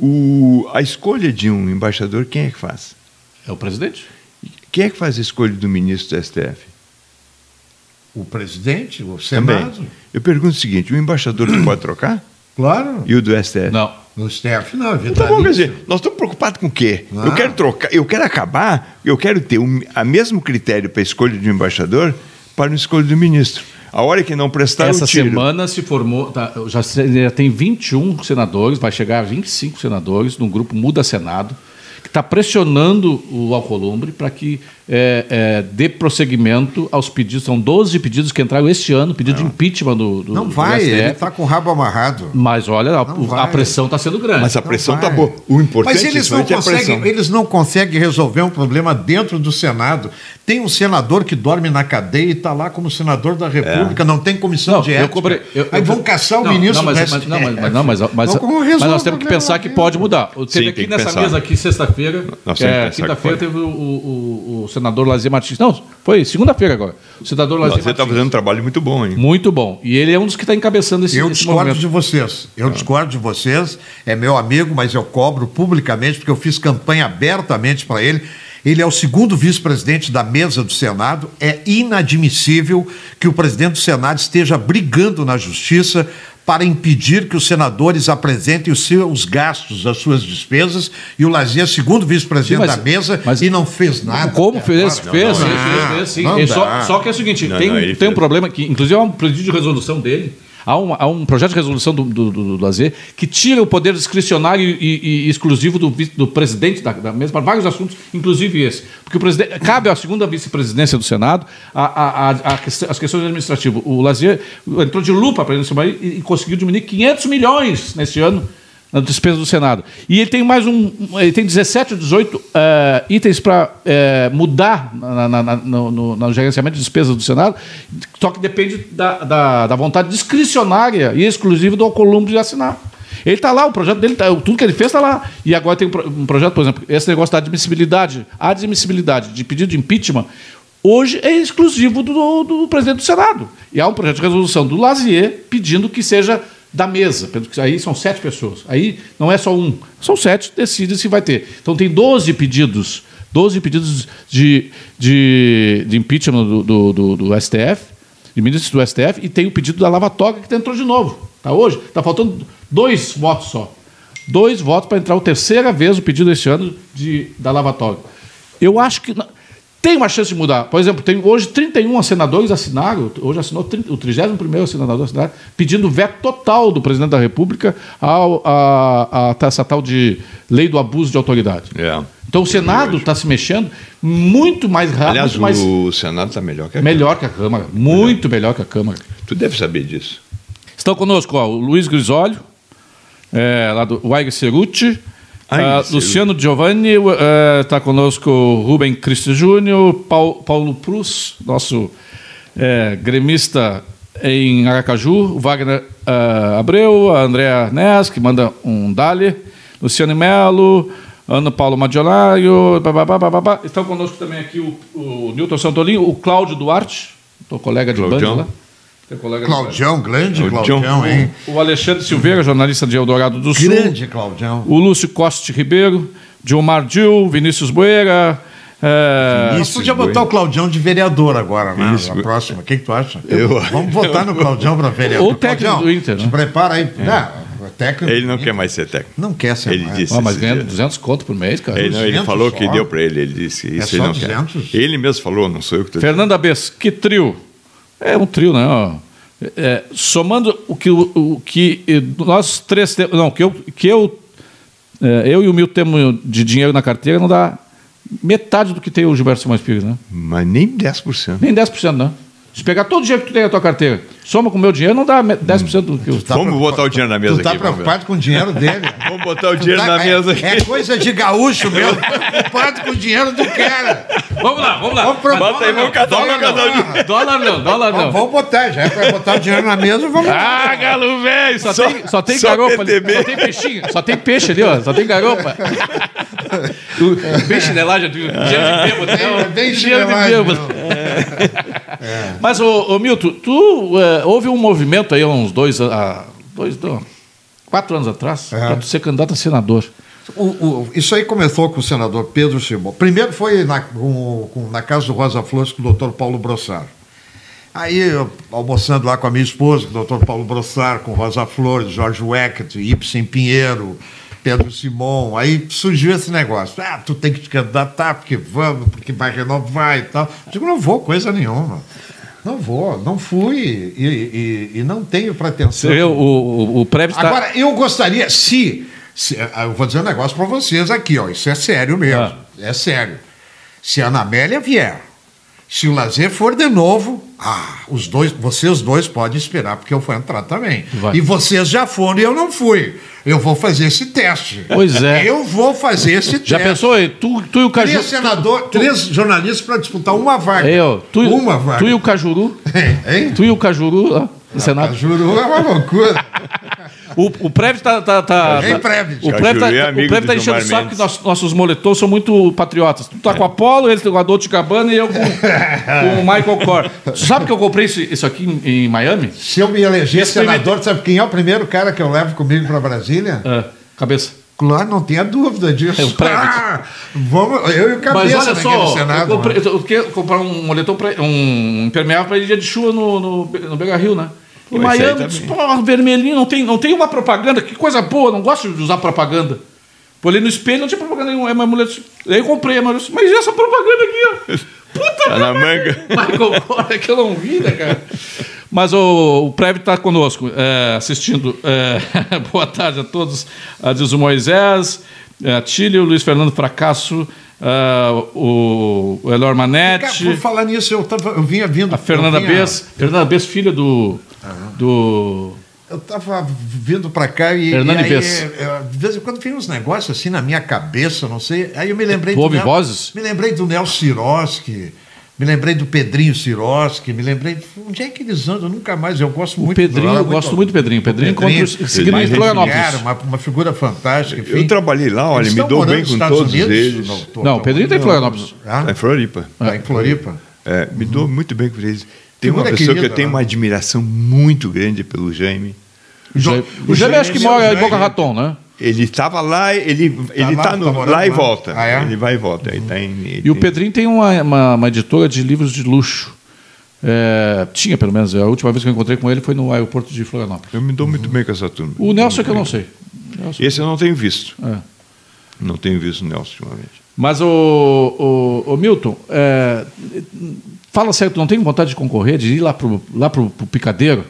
o, a escolha de um embaixador, quem é que faz? É o presidente. Quem é que faz a escolha do ministro do S T F? O presidente, o Senado. Também. Eu pergunto o seguinte, o embaixador tu pode trocar? Claro. E o do S T F? Não. No S T F, não, é então, bom, quer dizer, nós estamos preocupados com o quê? Ah. Eu quero trocar, eu quero acabar, eu quero ter o um, mesmo critério para a escolha de um embaixador para a escolha do ministro. A hora que não prestar, Essa eu tiro. semana se formou, tá, já, já tem vinte e um senadores, vai chegar a vinte e cinco senadores num grupo Muda Senado, que está pressionando o Alcolumbre para que é, é, dê prosseguimento aos pedidos. São doze pedidos que entraram este ano, pedido não. de impeachment do, do Não vai, do ele está com o rabo amarrado. Mas olha, a, a pressão está sendo grande. Mas a pressão está boa. O importante Mas eles não, conseguem, eles não conseguem resolver um problema dentro do Senado. Tem um senador que dorme na cadeia e está lá como senador da República, é. não tem comissão não, de ética. Eu cobrei, eu, Aí eu, vão caçar não, o ministro. Não, mas, mas, não, mas, mas, não, mas, mas, mas, mas nós temos que pensar que pode mudar. Teve Sim, aqui que nessa pensar. mesa aqui, sexta-feira, é, quinta-feira, teve o, o, o senador Lazier Martins. Não, foi segunda-feira agora. O senador Lazier Você está fazendo um trabalho muito bom, hein? Muito bom. E ele é um dos que está encabeçando esse, eu esse discordo movimento. de vocês. Eu ah. discordo de vocês. É meu amigo, mas eu cobro publicamente, porque eu fiz campanha abertamente para ele. Ele é o segundo vice-presidente da mesa do Senado. É inadmissível que o presidente do Senado esteja brigando na Justiça para impedir que os senadores apresentem os seus gastos, as suas despesas, e o Lazier é segundo vice-presidente da mesa mas, e não fez nada. Como fez? Fez, fez, fez, fez, sim. Não só, só que é o seguinte, não, tem, não, tem um problema que, inclusive, há um pedido de resolução dele. Há um, há um projeto de resolução do, do, do, do Lazier que tira o poder discricionário e, e, e exclusivo do, do presidente da, da mesa para vários assuntos, inclusive esse. Porque o presidente, cabe à segunda vice-presidência do Senado a, a, a, a, as questões administrativas. O Lazier entrou de lupa para isso e, e conseguiu diminuir quinhentos milhões neste ano na despesa do Senado. E ele tem mais um. Ele tem dezessete ou dezoito uh, itens para uh, mudar na, na, na, no, no, no gerenciamento de despesas do Senado, só que depende da, da, da vontade discricionária e exclusiva do Alcolumbre de assinar. Ele está lá, o projeto dele, tá, tudo que ele fez está lá. E agora tem um, um projeto, por exemplo, esse negócio da admissibilidade, a admissibilidade de pedido de impeachment, hoje é exclusivo do, do presidente do Senado. E há um projeto de resolução do Lazier pedindo que seja da mesa, aí são sete pessoas, aí não é só um, são sete, decide se vai ter. Então tem doze pedidos, doze pedidos de, de, de impeachment do, do, do, do S T F, de ministros do S T F, e tem o pedido da Lava Toga que entrou de novo. Tá hoje? Está faltando dois votos só. Dois votos para entrar a terceira vez o pedido este ano de, da Lava Toga. Eu acho que tem uma chance de mudar. Por exemplo, tem hoje trinta e um senadores assinaram, hoje assinou o trigésimo primeiro senador assinar, pedindo veto total do presidente da República ao, a, a, a essa tal de lei do abuso de autoridade. É. Então o Senado está se mexendo muito mais rápido. Aliás, mais... o Senado está melhor que a melhor Câmara. Melhor que a Câmara, muito melhor. melhor que a Câmara. Tu deve saber disso. Estão conosco ó, o Luiz Grisólio, é, lá do Waiger Ceruti, Ai, uh, Luciano Giovanni, está uh, conosco o Rubem Cristo Júnior, Paulo, Paulo Prus, nosso é, gremista em Aracaju, o Wagner uh, Abreu, a Andréa Nes, que manda um dali, Luciano Melo, Ana Paulo Madiolário, estão conosco também aqui o, o Nilton Santolinho, o Cláudio Duarte, o colega de banda lá. Claudião, grande Claudião, hein? O Alexandre Silveira, jornalista de Eldorado do Sul. Grande Claudião. O Lúcio Costa Ribeiro, Gilmar Dil, Vinícius Boeira. É... Nós podíamos botar o Claudião de vereador agora, né? Isso. Na próxima. O que, que tu acha? Eu... Vamos votar no Claudião para vereador. Ou técnico Claudião, do Inter, né? Se prepara aí. É. Não, técnico ele não quer mais ser técnico. Não quer ser ele mais. Disse ah, mas ganha duzentos conto por mês, cara. Ele, não, ele falou só. Que deu para ele. Ele disse isso. É só ele não duzentos? Quer. Ele mesmo falou, não sou eu que estou dizendo. Fernanda Bess, que trio. É um trio, né? É, somando o que, o, o que nós três temos, não, que eu, que eu, é, eu e o Milton temos de dinheiro na carteira não dá metade do que tem o Gilberto Simões Pires, né? Mas nem dez por cento. Nem dez por cento, não. Se pegar todo o dinheiro que tu tem na tua carteira, soma com o meu dinheiro, não dá dez por cento do que eu... Tá vamos botar o dinheiro na mesa tu tá aqui. Tu está preocupado com o dinheiro dele. Vamos botar o dinheiro tá, na é, mesa aqui. É coisa de gaúcho mesmo. Preocupado com o dinheiro do cara. Vamos lá, vamos lá. Vamos pro... Bota aí, vamos cada um, cada um. Dólar não, dólar não. Vamos botar, já é para botar o dinheiro na mesa, vamos lá. Ah, galo velho, só, só tem, só tem só garopa ali. Só tem peixinho, só tem peixe ali, ó. Só tem garopa. O bem chinelagem, dinheiro de bêbado. Bem chinelagem. É. Mas, ô, ô Milton, tu, é, houve um movimento aí há uns dois, há dois não, quatro anos atrás, é. para tu ser candidato a senador. O, o, isso aí começou com o senador Pedro Simão. Primeiro foi na, com, com, na casa do Rosa Flores com o doutor Paulo Brossard. Aí, eu, almoçando lá com a minha esposa, com o doutor Paulo Brossard, com Rosa Flores, Jorge Weckert, Ibsen Pinheiro, Pedro Simão, aí surgiu esse negócio. Ah, tu tem que te candidatar, porque vamos, porque vai renovar e tal. Eu digo, não vou, coisa nenhuma. Não vou, não fui e, e, e não tenho pretensão. Eu, o, o, o Prev está... Agora, eu gostaria, se, se... Eu vou dizer um negócio para vocês aqui, ó, isso é sério mesmo, ah. é sério. Se a Ana Amélia vier, se o Lazer for de novo, ah, os dois, vocês dois podem esperar, porque eu vou entrar também. Vai. E vocês já foram e eu não fui. Eu vou fazer esse teste. Pois é. Eu vou fazer esse já teste. Já pensou aí? Tu, tu e o Cajuru... Três, senador, tu, três jornalistas para disputar uma vaga. Eu, tu, uma vaga. Tu e o Cajuru. Hein? Tu e o Cajuru lá no Senado. O Cajuru é uma loucura. O, o Prev tá... tá, tá, Ei, tá Prev. o Prev tá, é o Prev tá enchendo o saco que nós, nossos moletons são muito patriotas. Tu tá é. com a Apollo, ele tem com a Dolce Gabbana e eu com, com o Michael Kors. Sabe que eu comprei isso, isso aqui em, em Miami? Se eu me eleger senador, sabe quem é o primeiro cara que eu levo comigo para Brasília? É, cabeça. Claro, não tenha dúvida disso. É o Prev. Ah, vamos, eu e o Cabeça. Mas olha só, Senado, eu, comprei, eu queria comprar um moletom, pra, um impermeável para ir dia de chuva no, no, no Beira Rio, né? Em Pô, Miami, pô, vermelhinho, não tem, não tem uma propaganda, que coisa boa, não gosto de usar propaganda. Pô, ali no espelho não tinha propaganda nenhuma, é uma mulher. Aí eu comprei, a mulher, mas essa propaganda aqui, ó. Puta tá na manga. Michael Kors, é que eu não vi, né, cara? Mas o, o Prev está conosco, é, assistindo. É, boa tarde a todos. A Dilson Moisés, a Tílio, o Luiz Fernando Fracasso, Uh, o, o Elor Manetti. Por falar nisso, eu, tava, eu vinha vindo. A Fernanda vinha... Bess. Fernanda Bess, filha do. Uhum. do... Eu estava vindo para cá e. Hernani e aí, Bess. Eu, de vez em quando vem uns negócios assim na minha cabeça, não sei. Aí eu me lembrei. Tu do ouve Nel, vozes? Me lembrei do Nelson Sirotsky. Me lembrei do Pedrinho Sirotsky, me lembrei. Onde é que eles andam? Eu nunca mais. Eu gosto o muito Pedrinho, do eu gosto muito, muito do Pedrinho. Pedrinho, Pedrinho encontra seguindo em Florianópolis. Uma, uma figura fantástica. Enfim. Eu trabalhei lá, olha, me dou bem com todos Unidos? eles. Não, tô, não o Pedrinho está em Florianópolis. Ah? Tá em Floripa. Está em Floripa. É, me dou muito bem com eles. Tem uma pessoa querida, que eu tenho né? uma admiração muito grande pelo Jaime. O Jaime, o Jaime acho que mora em Boca Raton, né? Ele estava lá, ele tá ele lá, tá no, tá lá e volta. Ah, é? Ele vai e volta. Ele tá em, e ele o Pedrinho tem uma, uma, uma editora de livros de luxo. É, tinha, pelo menos. A última vez que eu encontrei com ele foi no aeroporto de Florianópolis. Eu me dou muito bem com essa turma. O Nelson é que eu não sei. Nelson. Esse eu não tenho visto. É. Não tenho visto o Nelson ultimamente. Mas, o, o, o Milton, é, fala sério, tu não tem vontade de concorrer, de ir lá para o lá pro, pro Picadeiro?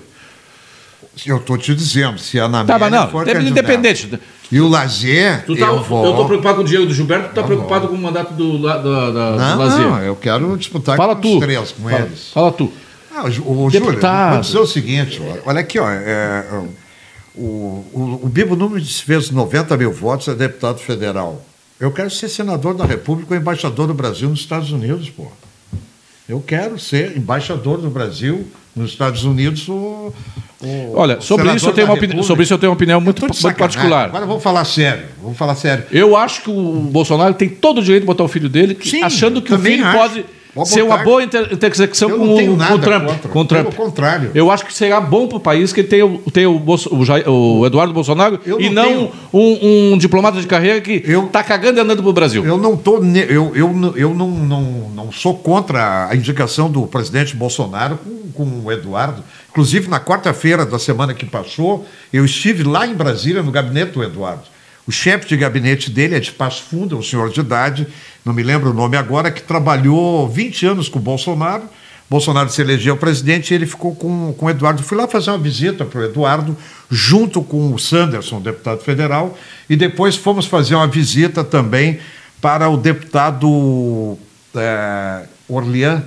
Eu estou te dizendo, se a Ana tá, Amélia não, for independente. E o Lazer, tu tá, eu vou... Eu estou preocupado com o dinheiro do Gilberto, tu está preocupado com o mandato do, da, da, não, do Lazer. Não, eu quero disputar fala com tu. os três, com fala, eles. Fala tu. Ah, o, o Júlio, vou dizer o seguinte, olha aqui, ó, é, o, o, o Bibo Nunes fez noventa mil votos, é deputado federal. Eu quero ser senador da República ou embaixador do Brasil nos Estados Unidos, pô. Eu quero ser embaixador do Brasil nos Estados Unidos. O, o, Olha, sobre isso, eu tenho uma opinião, sobre isso eu tenho uma opinião muito, muito particular. Agora vamos falar sério. Vamos falar sério. Eu acho que o Bolsonaro tem todo o direito de botar o filho dele, Sim, achando que o filho acho. pode ser uma boa inter intersecção com, o, com o Trump. Contra. Com o Trump. Pelo contrário. Eu acho que será bom para o país que ele tenha, tenha o, o, o Eduardo Bolsonaro não e não tenho... um, um diplomata de carreira que está cagando e andando para o Brasil. Eu não tô, eu, eu, eu não, não, não sou contra a indicação do presidente Bolsonaro com, com o Eduardo. Inclusive, na quarta-feira da semana que passou, eu estive lá em Brasília, no gabinete do Eduardo. O chefe de gabinete dele é de Passo Fundo, é um senhor de idade, não me lembro o nome agora, que trabalhou vinte anos com o Bolsonaro. Bolsonaro se elegeu presidente e ele ficou com, com o Eduardo. Fui lá fazer uma visita para o Eduardo, junto com o Sanderson, deputado federal, e depois fomos fazer uma visita também para o deputado é, Orleans,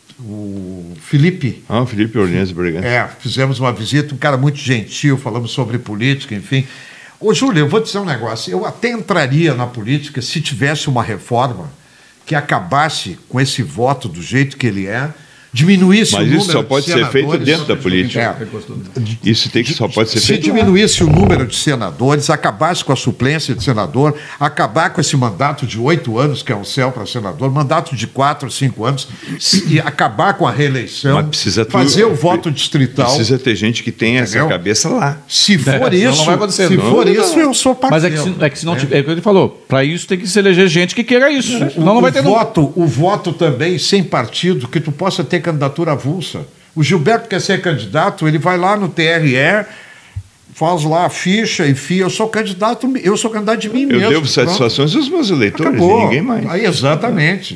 o Felipe. Ah, o Felipe Orleans Bragança. É, fizemos uma visita, um cara muito gentil, falamos sobre política, enfim. Ô, Júlio, eu vou dizer um negócio. Eu até entraria na política se tivesse uma reforma que acabasse com esse voto do jeito que ele é, diminuísse Mas o número isso só pode de ser senadores. feito dentro da política. É. Isso tem que só pode ser se feito. Se diminuísse o número de senadores, acabasse com a suplência de senador, acabar com esse mandato de oito anos, que é o céu para senador, mandato de quatro, cinco anos, e acabar com a reeleição, fazer tu, o voto distrital. Precisa ter gente que tenha essa Entendeu? cabeça lá. Se for é, isso, não vai acontecer, se não. for isso, eu sou partido. Mas é que se, é que se não tiver, é o que ele falou, para isso tem que se eleger gente que queira isso. O, senão não o vai ter voto, no... o voto também sem partido, que tu possa ter candidatura avulsa. O Gilberto quer ser candidato, ele vai lá no T R E, faz lá a ficha, enfia, eu sou candidato, eu sou candidato de mim eu mesmo. Eu devo satisfações aos meus eleitores, Acabou. E ninguém mais. Aí, exatamente.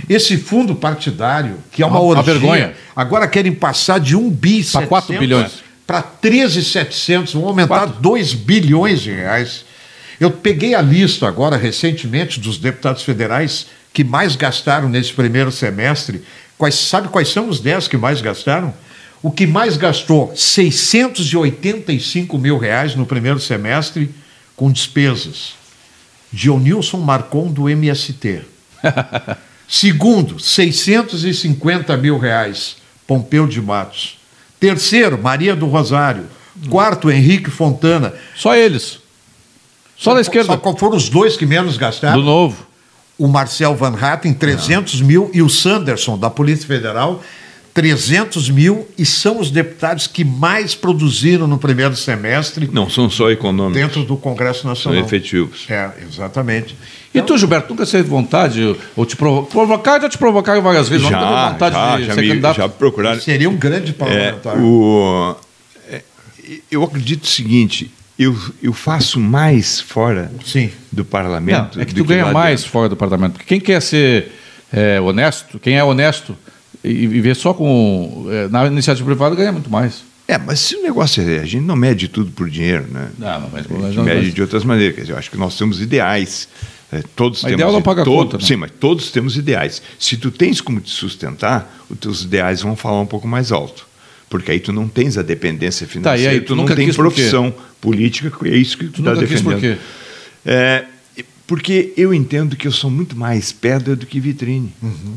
Esse fundo partidário, que é uma, uma orgia, vergonha. Agora querem passar de um bi Para quatro bilhões. Para treze mil e setecentos, vão aumentar dois bilhões de reais. Eu peguei a lista agora, recentemente, dos deputados federais que mais gastaram nesse primeiro semestre. Quais, sabe quais são os dez que mais gastaram? O que mais gastou seiscentos e oitenta e cinco mil reais no primeiro semestre com despesas. Dionilson Marcon, do M S T. Segundo, seiscentos e cinquenta mil reais, Pompeu de Matos. Terceiro, Maria do Rosário. Quarto, Henrique Fontana. Só eles. Só da esquerda. Só qual foram os dois que menos gastaram? Do Novo. O Marcel Van Hatten, trezentos mil, e o Sanderson, da Polícia Federal, trezentos mil, e são os deputados que mais produziram no primeiro semestre. Não são só econômicos. Dentro do Congresso Nacional. São efetivos. É, exatamente. E tu, Gilberto, nunca teve vontade, ou te provo provocar, já te provocaram várias vezes, já, não teve vontade já, de já ser me, candidato? Já procuraram. Seria um grande parlamentar. É, o, é, eu acredito o seguinte, eu, eu faço mais fora Sim. do parlamento. Não, é que do tu ganha lá mais dentro. fora do parlamento. Porque quem quer ser é, honesto, quem é honesto e viver só com é, na iniciativa privada ganha muito mais. É, mas se o negócio é, a gente não mede tudo por dinheiro, né? Não, não, mas, a gente mas, mede mas, de outras maneiras. Quer dizer, eu acho que nós temos ideais. É, todos mas temos, ideal não paga todo, conta, né? Sim, mas todos temos ideais. Se tu tens como te sustentar, os teus ideais vão falar um pouco mais alto. Porque aí tu não tens a dependência financeira, tá, e aí, tu, tu não nunca tem quis profissão política, é isso que tu está defendendo. Por quê? É, porque eu entendo que eu sou muito mais pedra do que vitrine. Uhum.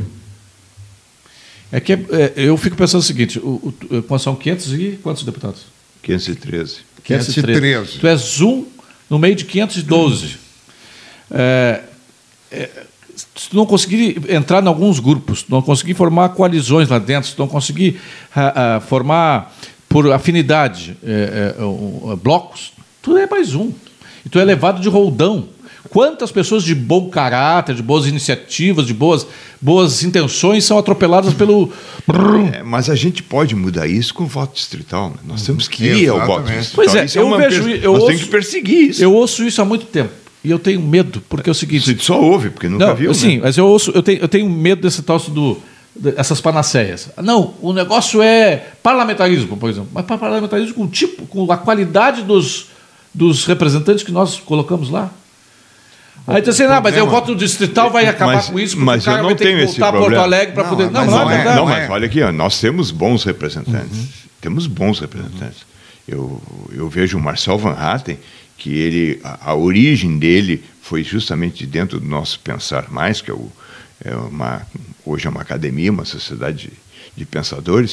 É que é, eu fico pensando o seguinte, o, o, são quinhentos e quantos deputados? quinhentos e treze. quinhentos e treze. Tu és um no meio de quinhentos e doze. É, é, se tu não conseguir entrar em alguns grupos, se tu não conseguir formar coalizões lá dentro, se tu não conseguir a, a, formar por afinidade é, é, um, blocos, tu é mais um. E tu é levado de roldão. Quantas pessoas de bom caráter, de boas iniciativas, de boas, boas intenções são atropeladas pelo... É, mas a gente pode mudar isso com o voto distrital. Né? Nós temos que ir ao voto distrital. Pois é, isso eu é vejo... Per... Eu nós ouço, temos que perseguir isso. Eu ouço isso há muito tempo. E eu tenho medo, porque é o seguinte... Você só ouve, porque nunca não, viu, Sim, né? mas eu, ouço, eu, tenho, eu tenho medo desse tal do... Essas panaceias. Não, o negócio é parlamentarismo, por exemplo. Mas parlamentarismo com o tipo, com a qualidade dos, dos representantes que nós colocamos lá. Aí diz assim, não, mas o voto distrital vai acabar mas, com isso, porque mas o cara eu não vai ter tenho que voltar a Porto Alegre para poder... Não, não, não, não é é, verdade. Não, não mas é. olha aqui, ó, nós temos bons representantes. Uhum. Temos bons representantes. Uhum. Eu, eu vejo o Marcel Van Hatten, que ele, a, a origem dele foi justamente dentro do nosso Pensar Mais, que é, o, é uma, hoje é uma academia, uma sociedade de, de pensadores.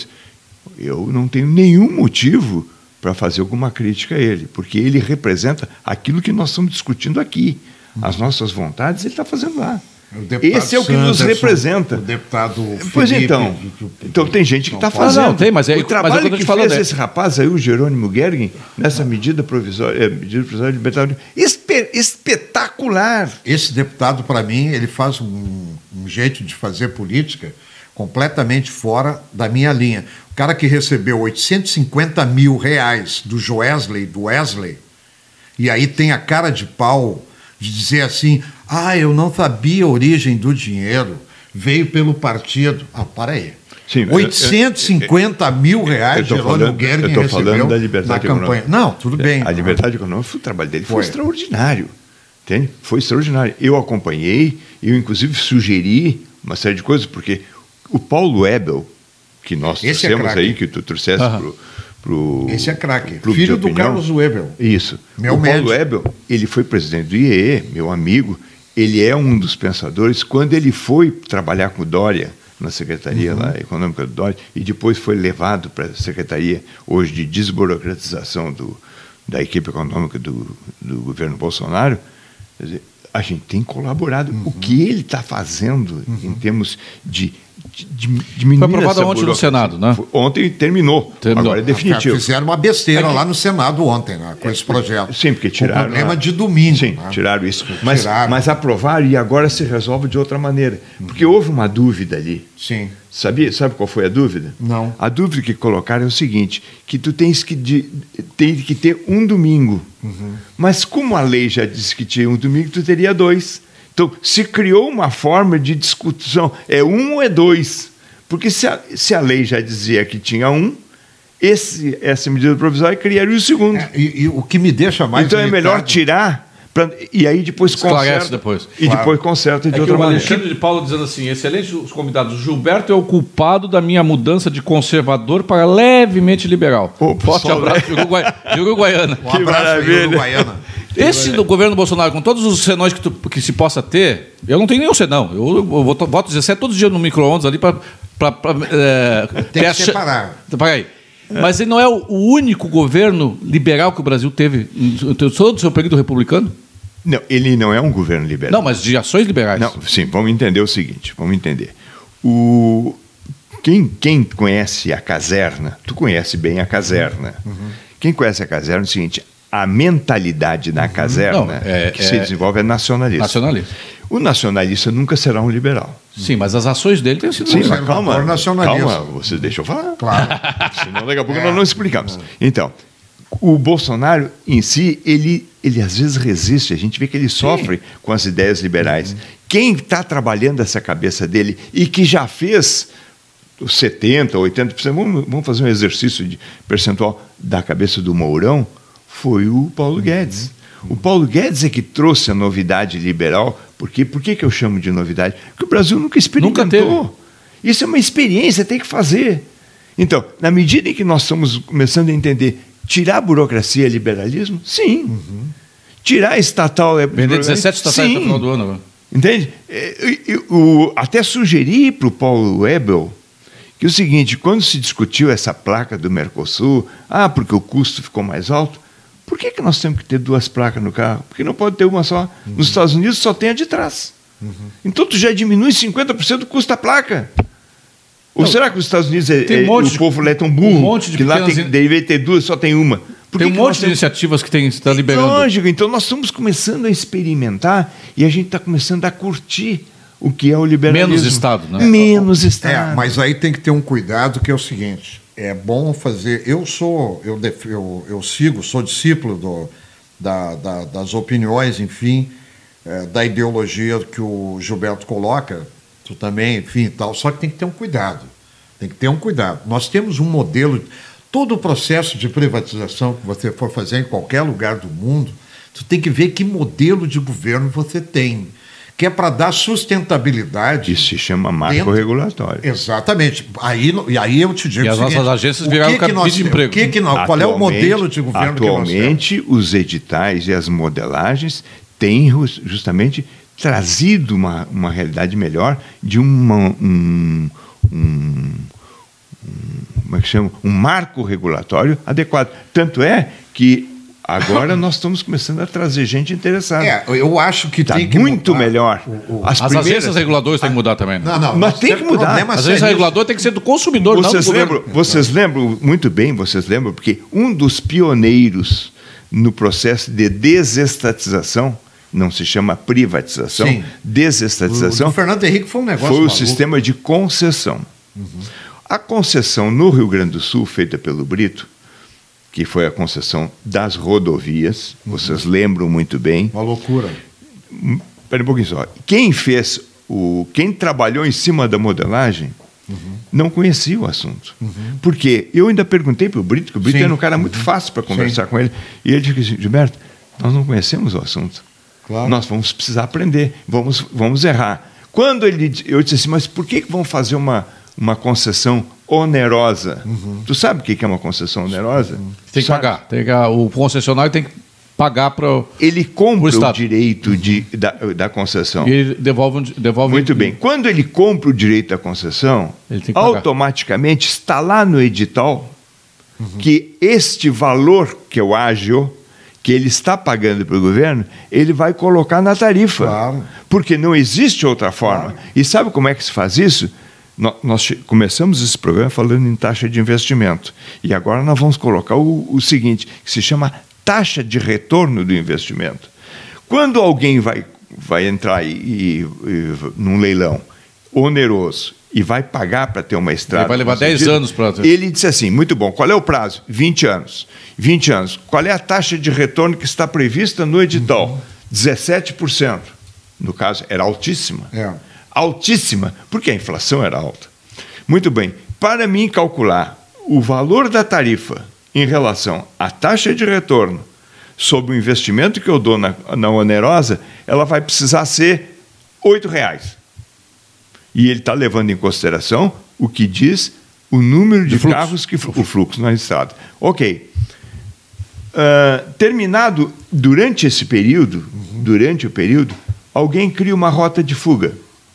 Eu não tenho nenhum motivo para fazer alguma crítica a ele, porque ele representa aquilo que nós estamos discutindo aqui. As nossas vontades, ele está fazendo lá. Esse é o que nos representa. O deputado Pois Felipe, então, do- do- então tem gente que está Ah, fazendo. não, tem, mas é- o mas é trabalho o que eu tô que te falando, fez é- esse rapaz aí, o Jerônimo Gergen, nessa medida provisória, é, medida provisória de libertação, espe espetacular. Esse deputado, para mim, ele faz um, um jeito de fazer política completamente fora da minha linha. O cara que recebeu oitocentos e cinquenta mil reais do Joesley, do Wesley, e aí tem a cara de pau de dizer assim, ah, eu não sabia a origem do dinheiro, veio pelo partido. Ah, para aí. Sim, oitocentos e cinquenta mil reais eu tô Jerônimo falando- Gergen eu tô recebeu falando da liberdade na campanha. econômica. Não, tudo bem. A liberdade econômica, o trabalho dele foi, Foi. extraordinário. Entende? Foi extraordinário. Eu acompanhei, eu inclusive sugeri uma série de coisas, porque o Paulo Ebel, que nós Esse é trouxemos craque. aí, que tu trouxeste Aham. pro, pro Esse é craque. Clube Filho de do Opinião. Carlos Webel. Isso. Meu o Paulo médico. Ebel, ele foi presidente do I E E, meu amigo, ele é um dos pensadores. Quando ele foi trabalhar com o Dória, na Secretaria Uhum. lá, Econômica do Dória, e depois foi levado para a Secretaria, hoje, de desburocratização do, da equipe econômica do, do governo Bolsonaro, quer dizer, a gente tem colaborado. Uhum. O que ele está fazendo uhum. em termos de, de, de diminuir Foi aprovado essa ontem no burocracia. Senado, né? Foi- Ontem terminou, Terminou. agora é definitivo. Fizeram uma besteira É que- lá no Senado ontem, né, com esse projeto. Sim, porque tiraram. O problema a- de domingo. Sim, né? tiraram isso. Mas, Tiraram. mas aprovaram e agora se resolve de outra maneira. Porque houve uma dúvida ali. Sim. Sabia? Sabe qual foi a dúvida? Não. A dúvida que colocaram é o seguinte: que tu tens que, de, tem que ter um domingo. Uhum. Mas como a lei já disse que tinha um domingo, tu teria dois. Então, se criou uma forma de discussão, é um ou é dois? Porque se a, se a lei já dizia que tinha um, esse, essa medida provisória criaria o segundo. É, e, e o que me deixa mais Então irritado... é melhor tirar, pra, e aí depois Esclarece conserta. depois. E Claro. depois conserta de É que outra o maneira. Alexandre de Paulo dizendo assim, excelente os convidados, Gilberto é o culpado da minha mudança de conservador para levemente liberal. Opa, Forte só abraço de, Uruguai, de Uruguaiana. Um abraço aí, maravilha. Uruguaiana. Esse do governo Bolsonaro, com todos os senões que, tu, que se possa ter, eu não tenho nenhum senão. Eu, eu voto, voto dezessete todos os dias no micro-ondas ali para... É, Tem que separar. Para aí. Mas ele não é o, o único governo liberal que o Brasil teve em todo o seu período republicano? Não, ele não é um governo liberal. Não, mas de ações liberais. Não, sim, vamos entender o seguinte, vamos entender. O, quem, quem conhece a caserna, tu conhece bem a caserna. Uhum. Quem conhece a caserna é o seguinte, a mentalidade da caserna Não, é- que é- se desenvolve é nacionalista. Nacionalista. O nacionalista nunca será um liberal. Sim, mas as ações dele têm sido... Sim, Conservador mas calma, nacionalista. calma, você deixa eu falar. Claro. Senão daqui a pouco nós não explicamos. Então, o Bolsonaro em si, ele, ele às vezes resiste, a gente vê que ele sofre com as ideias liberais. Quem está trabalhando essa cabeça dele e que já fez os setenta por cento, oitenta por cento, vamos, vamos fazer um exercício de percentual da cabeça do Mourão, foi o Paulo Guedes. O Paulo Guedes é que trouxe a novidade liberal. Por quê? Por que, que eu chamo de novidade? Porque o Brasil nunca experimentou. Nunca teve. Isso é uma experiência, tem que fazer. Então, na medida em que nós estamos começando a entender, tirar a burocracia é liberalismo? Sim. Uhum. Tirar a estatal é Vender dezessete estatais até o final do ano. Agora. Entende? E, e, o, até sugeri para o Paulo Webel que é o seguinte, quando se discutiu essa placa do Mercosul, ah, porque o custo ficou mais alto, por que, que nós temos que ter duas placas no carro? Porque não pode ter uma só. Uhum. Nos Estados Unidos só tem a de trás. Uhum. Então tu já diminui cinquenta por cento do custo da placa. Ou não, será que os Estados Unidos é, um é, o de, povo lá é tão burro um monte de que lá tem, in... deveria ter duas, só tem uma? Por tem que um que monte de temos... iniciativas que tem, está liberando. Lógico, então nós estamos começando a experimentar e a gente está começando a curtir o que é o liberalismo. Menos Estado, né? Menos Estado. É, mas aí tem que ter um cuidado que é o seguinte, é bom fazer... Eu sou, eu, eu, eu sigo, sou discípulo do, da, da, das opiniões, enfim, é, da ideologia que o Gilberto coloca, tu também, enfim, tal, só que tem que ter um cuidado. Tem que ter um cuidado. Nós temos um modelo... Todo o processo de privatização que você for fazer em qualquer lugar do mundo, tu tem que ver que modelo de governo você tem, que é para dar sustentabilidade. Isso se chama marco regulatório. Exatamente. Aí, e aí eu te digo e o as seguinte, nossas agências viraram que que cabide de emprego. Que que nós, qual é o modelo de governo que nós temos? Atualmente, os editais e as modelagens têm justamente trazido uma, uma realidade melhor de uma, um... um como é que chama? Um marco regulatório adequado. Tanto é que agora nós estamos começando a trazer gente interessada. É, eu acho que tá tem que muito mudar. melhor. O, o, as, as primeiras... agências reguladoras têm que mudar também. Né? Não, não, mas tem que mudar. As agências reguladoras têm que ser do consumidor, vocês não do lembram, governo. Vocês lembram, muito bem, vocês lembram, porque um dos pioneiros no processo de desestatização, não se chama privatização, Sim. desestatização, o, o Fernando Henrique foi um negócio foi maluco. o sistema de concessão. Uhum. A concessão no Rio Grande do Sul, feita pelo Brito, que foi a concessão das rodovias, uhum. vocês lembram muito bem. Uma loucura. Espera um pouquinho só. Quem fez, o, quem trabalhou em cima da modelagem, uhum. não conhecia o assunto. Uhum. Porque eu ainda perguntei para o Brito, que o Brito Sim. era um cara muito fácil para conversar Sim. com ele, e ele disse assim, Gilberto, nós não conhecemos o assunto. Claro. Nós vamos precisar aprender, vamos, vamos errar. Quando ele, eu disse assim, mas por que, que vão fazer uma... uma concessão onerosa. Uhum. Tu sabe o que é uma concessão onerosa? Uhum. Tem que sabe? pagar. Tem que, o concessionário tem que pagar para o Ele compra o, o direito de, da, da concessão. E ele devolve... devolve Muito bem. Quando ele compra o direito da concessão, automaticamente está lá no edital uhum. que este valor que eu ágio, que ele está pagando para o governo, ele vai colocar na tarifa. Claro. Porque não existe outra forma. Claro. E sabe como é que se faz isso? Nós começamos esse programa falando em taxa de investimento. E agora nós vamos colocar o, o seguinte, que se chama taxa de retorno do investimento. Quando alguém vai, vai entrar e, e, e, num leilão oneroso e vai pagar para ter uma estrada... Ele vai levar dez anos para... Ele disse assim, muito bom, qual é o prazo? vinte anos. vinte anos. Qual é a taxa de retorno que está prevista no edital? Uhum. dezessete por cento. no caso, era altíssima. É. Altíssima, porque a inflação era alta. Muito bem, para mim calcular o valor da tarifa em relação à taxa de retorno sobre o investimento que eu dou na, na onerosa, ela vai precisar ser oito reais. E ele está levando em consideração o que diz o número de, de carros, que o fluxo na estrada. Ok. Uh, terminado, durante esse período, uhum. durante o período, alguém cria uma rota de fuga.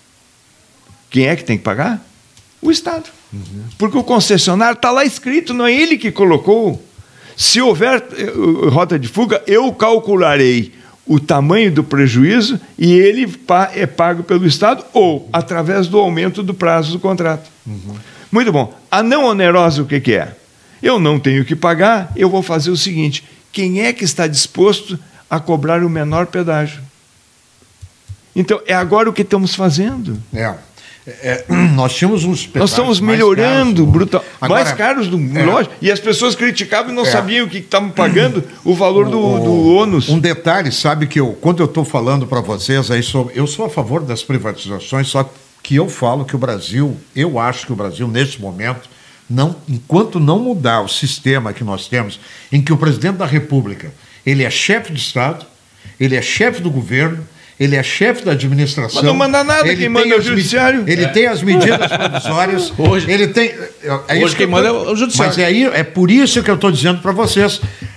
Quem é que tem que pagar? O Estado. Uhum. Porque o concessionário está lá escrito, não é ele que colocou. Se houver uh, rota de fuga, eu calcularei o tamanho do prejuízo e ele pa- é pago pelo Estado ou através do aumento do prazo do contrato. Uhum. Muito bom. A não onerosa, o que, que é? Eu não tenho que pagar, eu vou fazer o seguinte: quem é que está disposto a cobrar o menor pedágio? Então, é agora o que estamos fazendo. É. É, nós tínhamos uns Nós estamos melhorando, mais brutal, Agora, mais caros do é. lógico, e as pessoas criticavam e não é. sabiam o que estavam pagando, o valor do, o, do ônus. Um detalhe, sabe que eu, quando eu estou falando para vocês, aí sobre, eu sou a favor das privatizações, só que eu falo que o Brasil, eu acho que o Brasil, nesse momento, não, enquanto não mudar o sistema que nós temos, em que o presidente da República, ele é chefe de Estado, ele é chefe do governo, ele é chefe da administração. Mas não manda nada, ele quem manda é o judiciário. Ele é. tem as medidas provisórias. Hoje, ele tem, é hoje quem que manda tô, é o judiciário. Mas é, aí, é por isso que eu estou dizendo para vocês,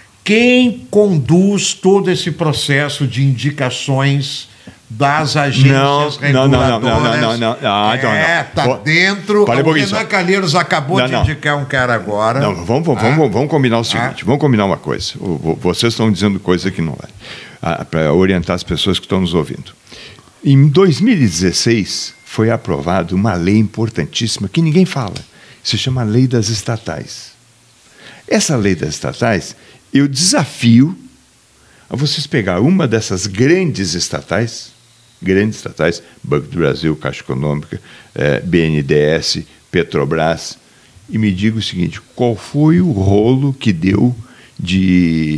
quem conduz todo esse processo de indicações das agências não, reguladoras... Não, não, não, não, não, não, não. Ah, é, está não. dentro... Para o Renan Calheiros acabou não, de não. indicar um cara agora. Não, vamos, vamos, ah. vamos, vamos combinar o seguinte, ah. vamos combinar uma coisa. Vocês estão dizendo coisa que não vale. Ah, para orientar as pessoas que estão nos ouvindo. Em dois mil e dezesseis, foi aprovada uma lei importantíssima que ninguém fala. Se chama Lei das Estatais. Essa Lei das Estatais, eu desafio a vocês pegar uma dessas grandes estatais, grandes estatais, Banco do Brasil, Caixa Econômica, eh, B N D E S, Petrobras, e me diga o seguinte: qual foi o rolo que deu de,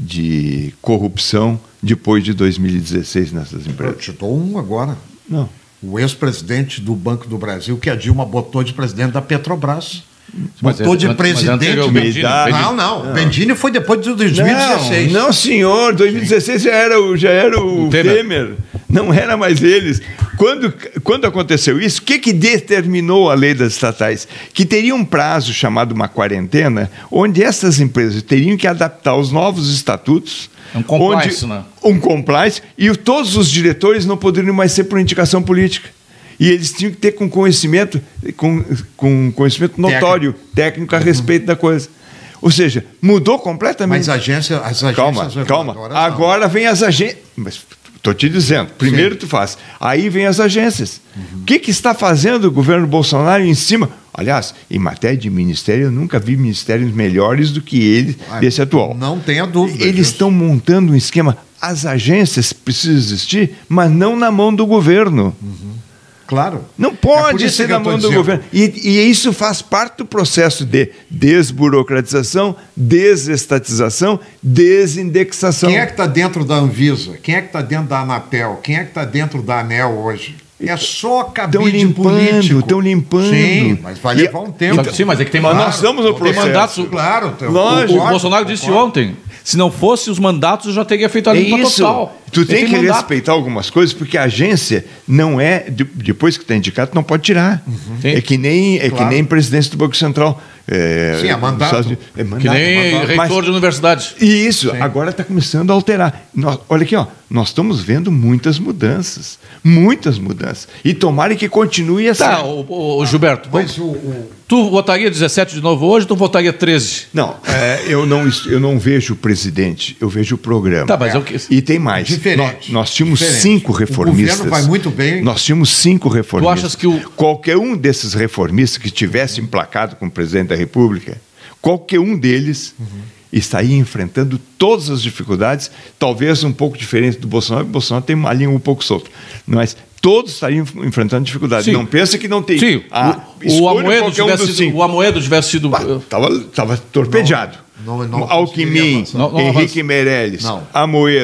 de corrupção depois de dois mil e dezesseis nessas empresas? Eu te dou um agora. Não. O ex-presidente do Banco do Brasil, que a Dilma botou de presidente da Petrobras. Mas botou é, de mas, presidente. Mas Bendini, da... Não, não. não. Bendini foi depois de dois mil e dezesseis. Não, não senhor. dois mil e dezesseis já era o, já era o, o Temer. Temer. Não era mais eles. Quando, quando aconteceu isso, o que, que determinou a lei das estatais? Que teria um prazo chamado uma quarentena, onde essas empresas teriam que adaptar os novos estatutos. Um compliance, né? Um compliance, e todos os diretores não poderiam mais ser por indicação política. E eles tinham que ter com conhecimento, com, com conhecimento notório, técnico, técnico a uhum. respeito da coisa. Ou seja, mudou completamente. Mas agência, as agências... Calma, calma. Agora vem as agências... Mas estou te dizendo, primeiro Sim. tu faz. Aí vem as agências. Uhum. O que, que está fazendo o governo Bolsonaro em cima? Aliás, em matéria de ministério, eu nunca vi ministérios melhores do que ele, ah, desse atual. Não tenha dúvida. Eles estão montando um esquema. As agências precisam existir, mas não na mão do governo. Uhum. Claro. Não pode é ser na mão do governo. E, e isso faz parte do processo de desburocratização, desestatização, desindexação. Quem é que está dentro da Anvisa? Quem é que está dentro da Anatel? Quem é que está dentro da ANEL hoje? É só cabide político. Estão limpando. Sim, mas vai levar um tempo. Então, sim, mas é que tem claro, mandatos. Nós estamos no processo. Tem mandatos. Claro. O, o, o Bolsonaro disse ontem, se não fosse os mandatos, eu já teria feito a limpa é isso. total. Tu tem, tem que mandato. respeitar algumas coisas, porque a agência não é, depois que está indicado, não pode tirar. Uhum. É que nem é claro. que nem presidência do Banco Central. É, Sim, é mandato. É mandato que nem é mandato. reitor Mas, de universidade. Isso, Sim. agora está começando a alterar. Nós, olha aqui, ó, nós estamos vendo muitas mudanças. Muitas mudanças. E tomara que continue assim. Tá, o, o, o Gilberto, mas o, o... tu votaria dezessete de novo hoje, tu votaria treze? Não, é, eu não, eu não vejo o presidente, eu vejo o programa. Tá, mas é. eu... E tem mais. Diferente. Nós, nós tínhamos Diferente. cinco reformistas. O governo vai muito bem. Nós tínhamos cinco reformistas. Tu achas que o... Qualquer um desses reformistas que tivesse emplacado com o presidente da República, qualquer um deles uhum. estaria enfrentando todas as dificuldades, talvez um pouco diferente do Bolsonaro, porque o Bolsonaro tem uma linha um pouco solta. Mas todos estariam enfrentando dificuldades. Sim. Não pensa que não tem. Sim, ah, o, o, Amoedo tivesse um sido, o Amoedo tivesse sido... Estava torpedeado. Não, não, não Alckmin, não, não Henrique Meirelles, não. Amoedo,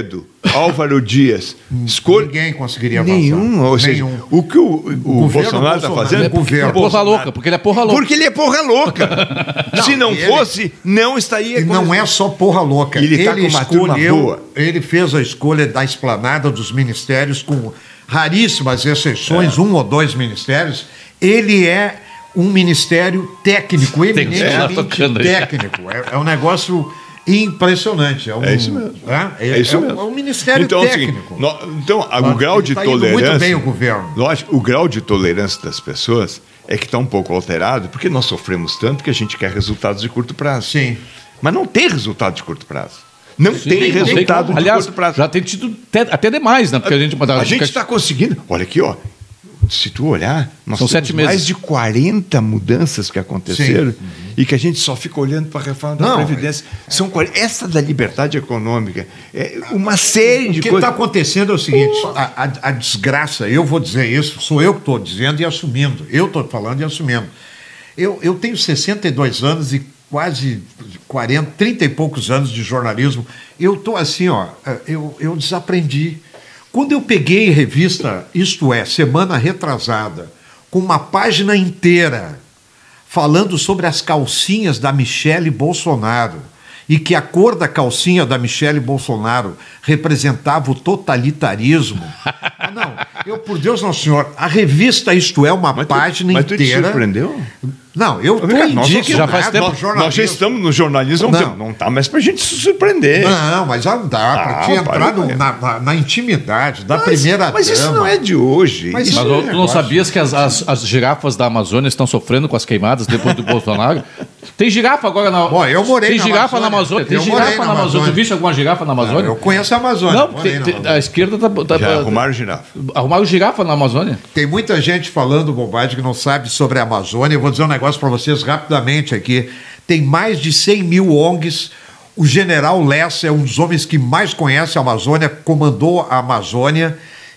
Álvaro Dias. Escolha... Ninguém conseguiria avançar. Nenhum. Ou seja, Nenhum. o que o, o, o Bolsonaro está fazendo... É porque ele é porra louca, porque ele é porra louca. Porque ele é porra louca. Não, Se não ele... fosse, não estaria... E não é só porra louca. Ele, ele tá com uma turma escolheu, boa. ele fez a escolha da esplanada dos ministérios com raríssimas exceções, é. um ou dois ministérios. Ele é um ministério técnico, eminentemente técnico. É, é um negócio impressionante. É, um, é isso mesmo. É, é, é isso é mesmo. Um, é um ministério então, técnico. Assim, no, então, a, o grau de tá tolerância... muito bem o governo. Lógico, o grau de tolerância das pessoas é que está um pouco alterado, porque nós sofremos tanto que a gente quer resultados de curto prazo. Sim. Mas não tem resultado de curto prazo. Não Sim, tem não resultado tem de Aliás, curto prazo. já tem tido até, até demais, né? Porque a gente... A gente está conseguindo... Olha aqui, ó. Se tu olhar, nós São temos sete meses. mais de quarenta mudanças que aconteceram. Uhum. E que a gente só fica olhando para a reforma da não, Previdência. São quarenta, essa da liberdade econômica, é uma série de coisas... O que está acontecendo é o seguinte, a, a, a desgraça, eu vou dizer isso, sou eu que estou dizendo e assumindo. Eu estou falando e assumindo. Eu, eu tenho sessenta e dois anos e quase quarenta, trinta e poucos anos de jornalismo. Eu estou assim, ó, eu, eu desaprendi. Quando eu peguei revista, isto é, semana retrasada, com uma página inteira falando sobre as calcinhas da Michele Bolsonaro e que a cor da calcinha da Michele Bolsonaro representava o totalitarismo. Ah, não, eu, por Deus, não, senhor, a revista Isto É, uma mas página tu, mas inteira... Mas tu te surpreendeu? Não, eu estou indignado. Já faz tempo. Nós, nós já estamos no jornalismo, não, não está mais para a gente se surpreender. Não, mas já não dá para te entrar no, na, na, na intimidade da mas, primeira Mas dama. Isso não é de hoje. Mas, mas é tu não sabias que as, as, as girafas da Amazônia estão sofrendo com as queimadas depois do Bolsonaro? Tem girafa agora na... Bom, eu morei Tem na girafa Amazônia. na Amazônia. Tem eu girafa na na Amazônia. Amazônia. Tu viste alguma girafa na Amazônia? Não, eu conheço a Amazônia. Não, tem, tem, a esquerda tá, tá, Já arrumaram girafa. Arrumaram girafa na Amazônia. Tem muita gente falando bobagem que não sabe sobre a Amazônia. Eu vou dizer um negócio para vocês rapidamente aqui. Tem mais de cem mil O N Gs. O general Lessa é um dos homens que mais conhece a Amazônia, comandou a Amazônia,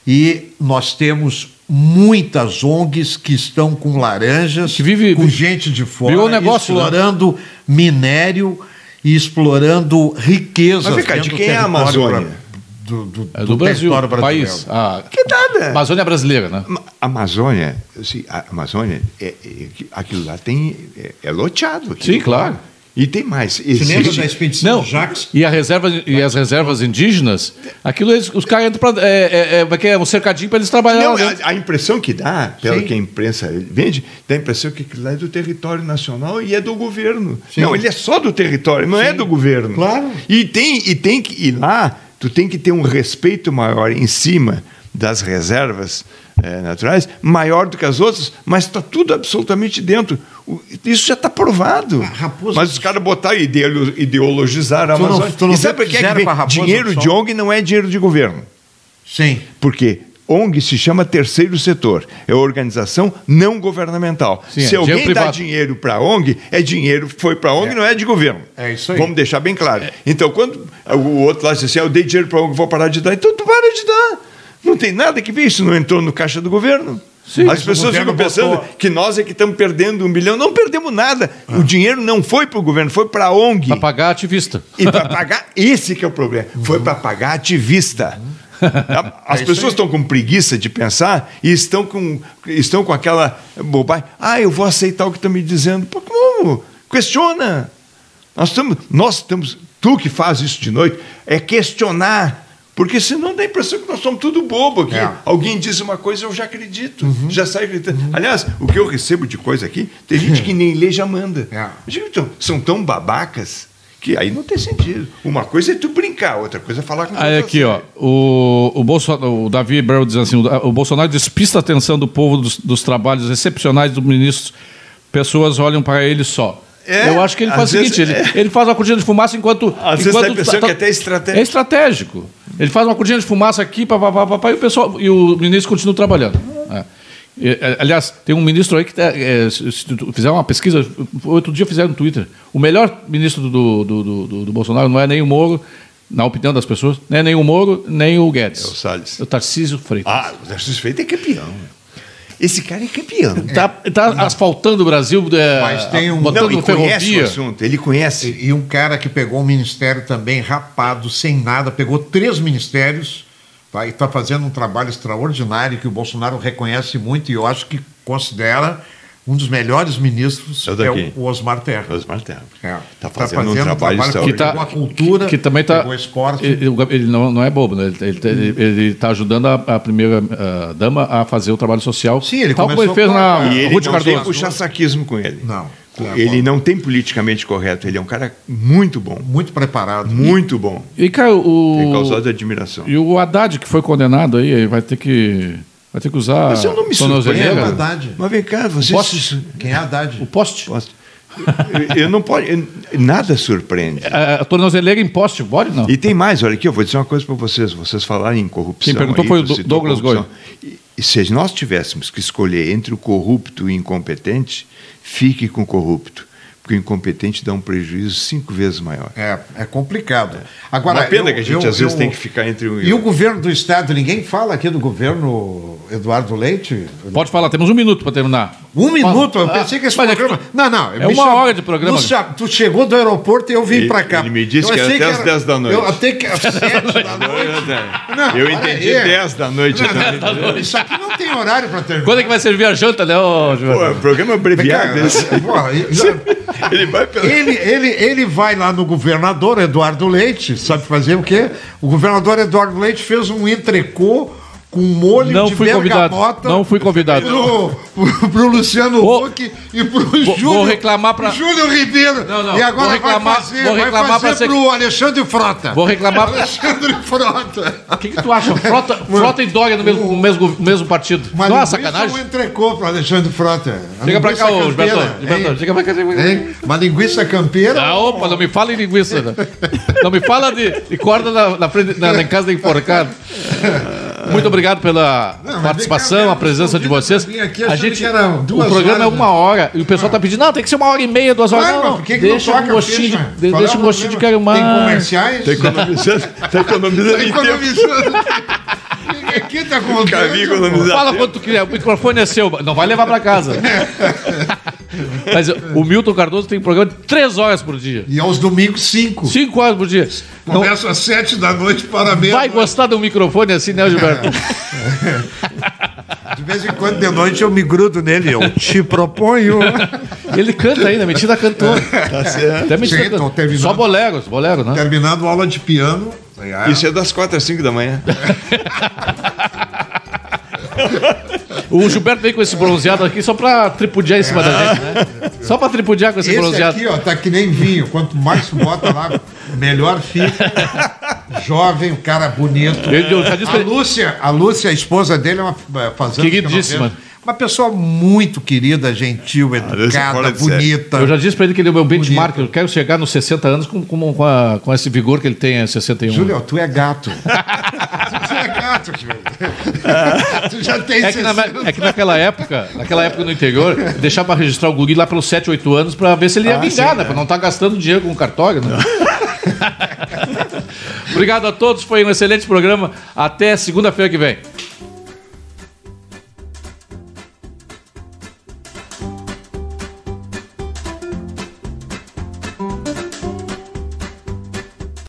e nós temos muitas O N Gs que estão com laranjas, que vive, com gente de fora, um negócio, explorando né? minério e explorando riquezas. Mas, Ricardo, de quem é a Amazônia? Do, do, é do, do Brasil, do país. A... Que nada. Amazônia brasileira, né? A Amazônia, assim, a Amazônia, é, é, aquilo lá tem, é, é loteado. Sim, claro. E tem mais. Existe... Você lembra da expedição do Jacques? E, a reserva, e as reservas indígenas, aquilo eles, os caras entram para. É, é, é um cercadinho para eles trabalharem. Não, a, a impressão que dá, pelo Sim. que a imprensa vende, dá a impressão que aquilo lá é do território nacional e é do governo. Sim. Não, ele é só do território, não Sim. é do governo. Claro. E tem, e tem que ir lá, tu tem que ter um respeito maior em cima das reservas é, naturais, maior do que as outras, mas está tudo absolutamente dentro. Isso já está provado. Raposa... Mas os caras botaram e ideologizar a Amazônia. Tu não, tu não e sabe por que, é que vem? Dinheiro de O N G não é dinheiro de governo. Sim. Por quê? O N G se chama terceiro setor, é organização não governamental. Sim, se é, alguém dinheiro dá dinheiro para a O N G, é dinheiro que foi para a O N G, é. não é de governo. É isso aí. Vamos deixar bem claro. É. Então, quando o outro lá diz assim, ah, eu dei dinheiro para a O N G, vou parar de dar, então tu para de dar. Não tem nada que ver, isso não entrou no caixa do governo. Sim, as pessoas ficam pensando botou... que nós é que estamos perdendo um bilhão. Não perdemos nada. Ah. O dinheiro não foi para o governo, foi para a O N G. Para pagar ativista. E para pagar, esse que é o problema. Uhum. Foi para pagar ativista. Uhum. As é pessoas estão com preguiça de pensar e estão com, estão com aquela bobagem. Ah, eu vou aceitar o que estão me dizendo. Pô, como? Questiona. Nós estamos, nós estamos, tu que faz isso de noite, é questionar. Porque senão dá a impressão que nós somos tudo bobo aqui. É. Alguém diz uma coisa, eu já acredito. Uhum. Já sai acreditando. Uhum. Aliás, o que eu recebo de coisa aqui, tem gente que nem lê já manda. É. Então, são tão babacas que aí não tem sentido. Uma coisa é tu brincar, outra coisa é falar com aí aqui, ó, o, o, Bolsonaro, o Davi Brau diz assim, o, o Bolsonaro despista a atenção do povo dos, dos trabalhos excepcionais do ministro. Pessoas olham para ele só. É, eu acho que ele faz o seguinte, vezes, ele, é. ele faz uma cortina de fumaça enquanto... Às enquanto vezes dá a impressão tá, que até é estratégico. É estratégico. Ele faz uma cortina de fumaça aqui, pá, pá, pá, pá, e, o pessoal, e o ministro continua trabalhando. É. E, aliás, tem um ministro aí que, é, se tu fizer uma pesquisa, outro dia fizeram no Twitter, o melhor ministro do, do, do, do, do Bolsonaro não é nem o Moro, na opinião das pessoas, não é nem o Moro, nem o Guedes. É o Salles. É o Tarcísio Freitas. Ah, o Tarcísio Freitas é campeão. Esse cara é campeão. Tá, tá asfaltando o Brasil, é, Mas tem um- botando Não, ele conhece o ferrovia. assunto, ele conhece. E, e um cara que pegou um ministério também rapado, sem nada, pegou três ministérios, tá, e está fazendo um trabalho extraordinário que o Bolsonaro reconhece muito e eu acho que considera um dos melhores ministros, É o é daqui. o Osmar Terra. Osmar Terra. É, Tá fazendo um trabalho que extraordinário. tá- pegou a cultura, que também tá, pegou o esporte. Ele, ele não, não é bobo, né? Ele está ajudando a, a primeira ah, dama a fazer o trabalho social. Sim, ele tal como ele começou fez com a- na E ele Ruth não tem Cardoso. puxa-saquismo com ele. Não. Ele não tem politicamente correto, ele é um cara muito bom. Muito preparado. Muito bom. E, cara, o. Tem causado admiração. E o Haddad, que foi condenado aí, ele vai ter que. Vai ter que usar. Mas eu não me tornozeleira. Quem é o surpreendo. Haddad? Mas vem cá, vocês... Poste. Quem é Haddad? O poste. Posso- Eu, eu não posso... eu- nada surpreende. A, a tornozeleira em poste, pode não? E tem mais, olha aqui, eu vou dizer uma coisa para vocês. Vocês falarem em corrupção... Quem perguntou aí, foi o você Do- citou Douglas corrupção. E, e se nós tivéssemos que escolher entre o corrupto e o incompetente, fique com o corrupto. Porque o incompetente dá um prejuízo cinco vezes maior. É, é complicado. Agora, Uma pena eu- que a gente eu- às vezes eu- tem que ficar entre um E o governo do Estado, ninguém fala aqui do governo Eduardo Leite? Pode falar, temos um minuto para terminar. Um minuto? Eu Ah, pensei que esse mas é que programa... tu- Não, não. é me uma hora de programa. Tu, cha- tu chegou do aeroporto e eu vim Ele- pra cá. ele me disse Eu que era achei até às dez da noite. Eu até que às sete da noite. Não, eu olha entendi aí. dez da noite. Não, isso aqui não tem horário pra terminar. Quando é que vai servir a janta, né, ô, Gilberto? Pô, programa abreviado Cara, esse. porra, Ele vai pela... Ele, ele, ele vai lá no governador Eduardo Leite, sabe fazer o quê? O governador Eduardo Leite fez um entrecô com molho Não de fui convidado. bergamota Não fui convidado. pro, pro, pro Luciano Vou- Huck e pro vou Júlio, reclamar pra- Júlio Ribeiro. Não, não, E agora vou reclamar- vai fazer, vou vai reclamar fazer pra ser- pro Alexandre Frota. Vou reclamar. O Alexandre Frota. que, que tu acha? Frota, Frota e Dória no mesmo, no mesmo, no mesmo partido. Uma Não é linguiça sacanagem? um entrecô pro Alexandre Frota. A Chega pra linguiça cá, ô, Gilberto. campeira, Gilberto, hein? chega pra cá. chega pra cá. Hein? Uma linguiça campeira. Ah, opa, não me fala em linguiça. né? Não me fala de, de corda na, na frente, na, na casa da enforcado. Muito obrigado pela Não, mas participação, vem cá, a presença de convida vocês. pra vir aqui A achando gente, que era o duas programa é horas, uma hora e o pessoal está pedindo, não, tem que ser uma hora e meia, duas horas. Claro, não, mas não, por que que não deixa toca um gostinho, ficha? de, Qual é deixa o um gostinho de problema? quero mais. Tem comerciais? Está economizando, tá economizando Tá em tempo. economizando. Aqui tá com Caminho economizado. Fala quanto tu quiser, o microfone é seu, não vai levar para casa. Mas o Milton Cardoso tem um programa de três horas por dia. E aos domingos, cinco. Cinco horas por dia. Não Começa às sete da noite para meia. vai gostar de um microfone assim, né, Gilberto? De vez em quando, de noite, eu me grudo nele. Eu te proponho. Ele canta ainda, Mentira cantor. Tá certo. Até Mentira Sim, então, cantor. terminando. Só boleros, bolero, né? Terminando a aula de piano. Isso é das quatro às cinco da manhã. O Gilberto veio com esse bronzeado aqui só pra tripudiar em cima da gente, né? Só pra tripudiar com esse, Esse bronzeado. aqui, ó, tá que nem vinho. Quanto mais tu bota lá, melhor fica. Jovem, um cara bonito. Eu- eu já disse a pra ele- Lúcia, a Lúcia, a esposa dele, é uma é, fazenda Queridíssima. Uma pessoa muito querida, gentil, Lúcia educada, fora de série. bonita. Eu já disse pra ele que ele é o meu benchmark. Eu quero chegar nos sessenta anos com, com, com, a- com esse vigor que ele tem em sessenta e um. Júlio, tu é gato. tu é gato, Júlio. tu já tem É que, na- sessenta. é que naquela época, naquela época no interior, deixava pra registrar o guri lá pelos sete, oito anos pra ver se ele ia Ah, vingar, sim, né? é. Pra não estar gastando dinheiro com cartório, né? Obrigado a todos, foi um excelente programa. Até segunda-feira que vem.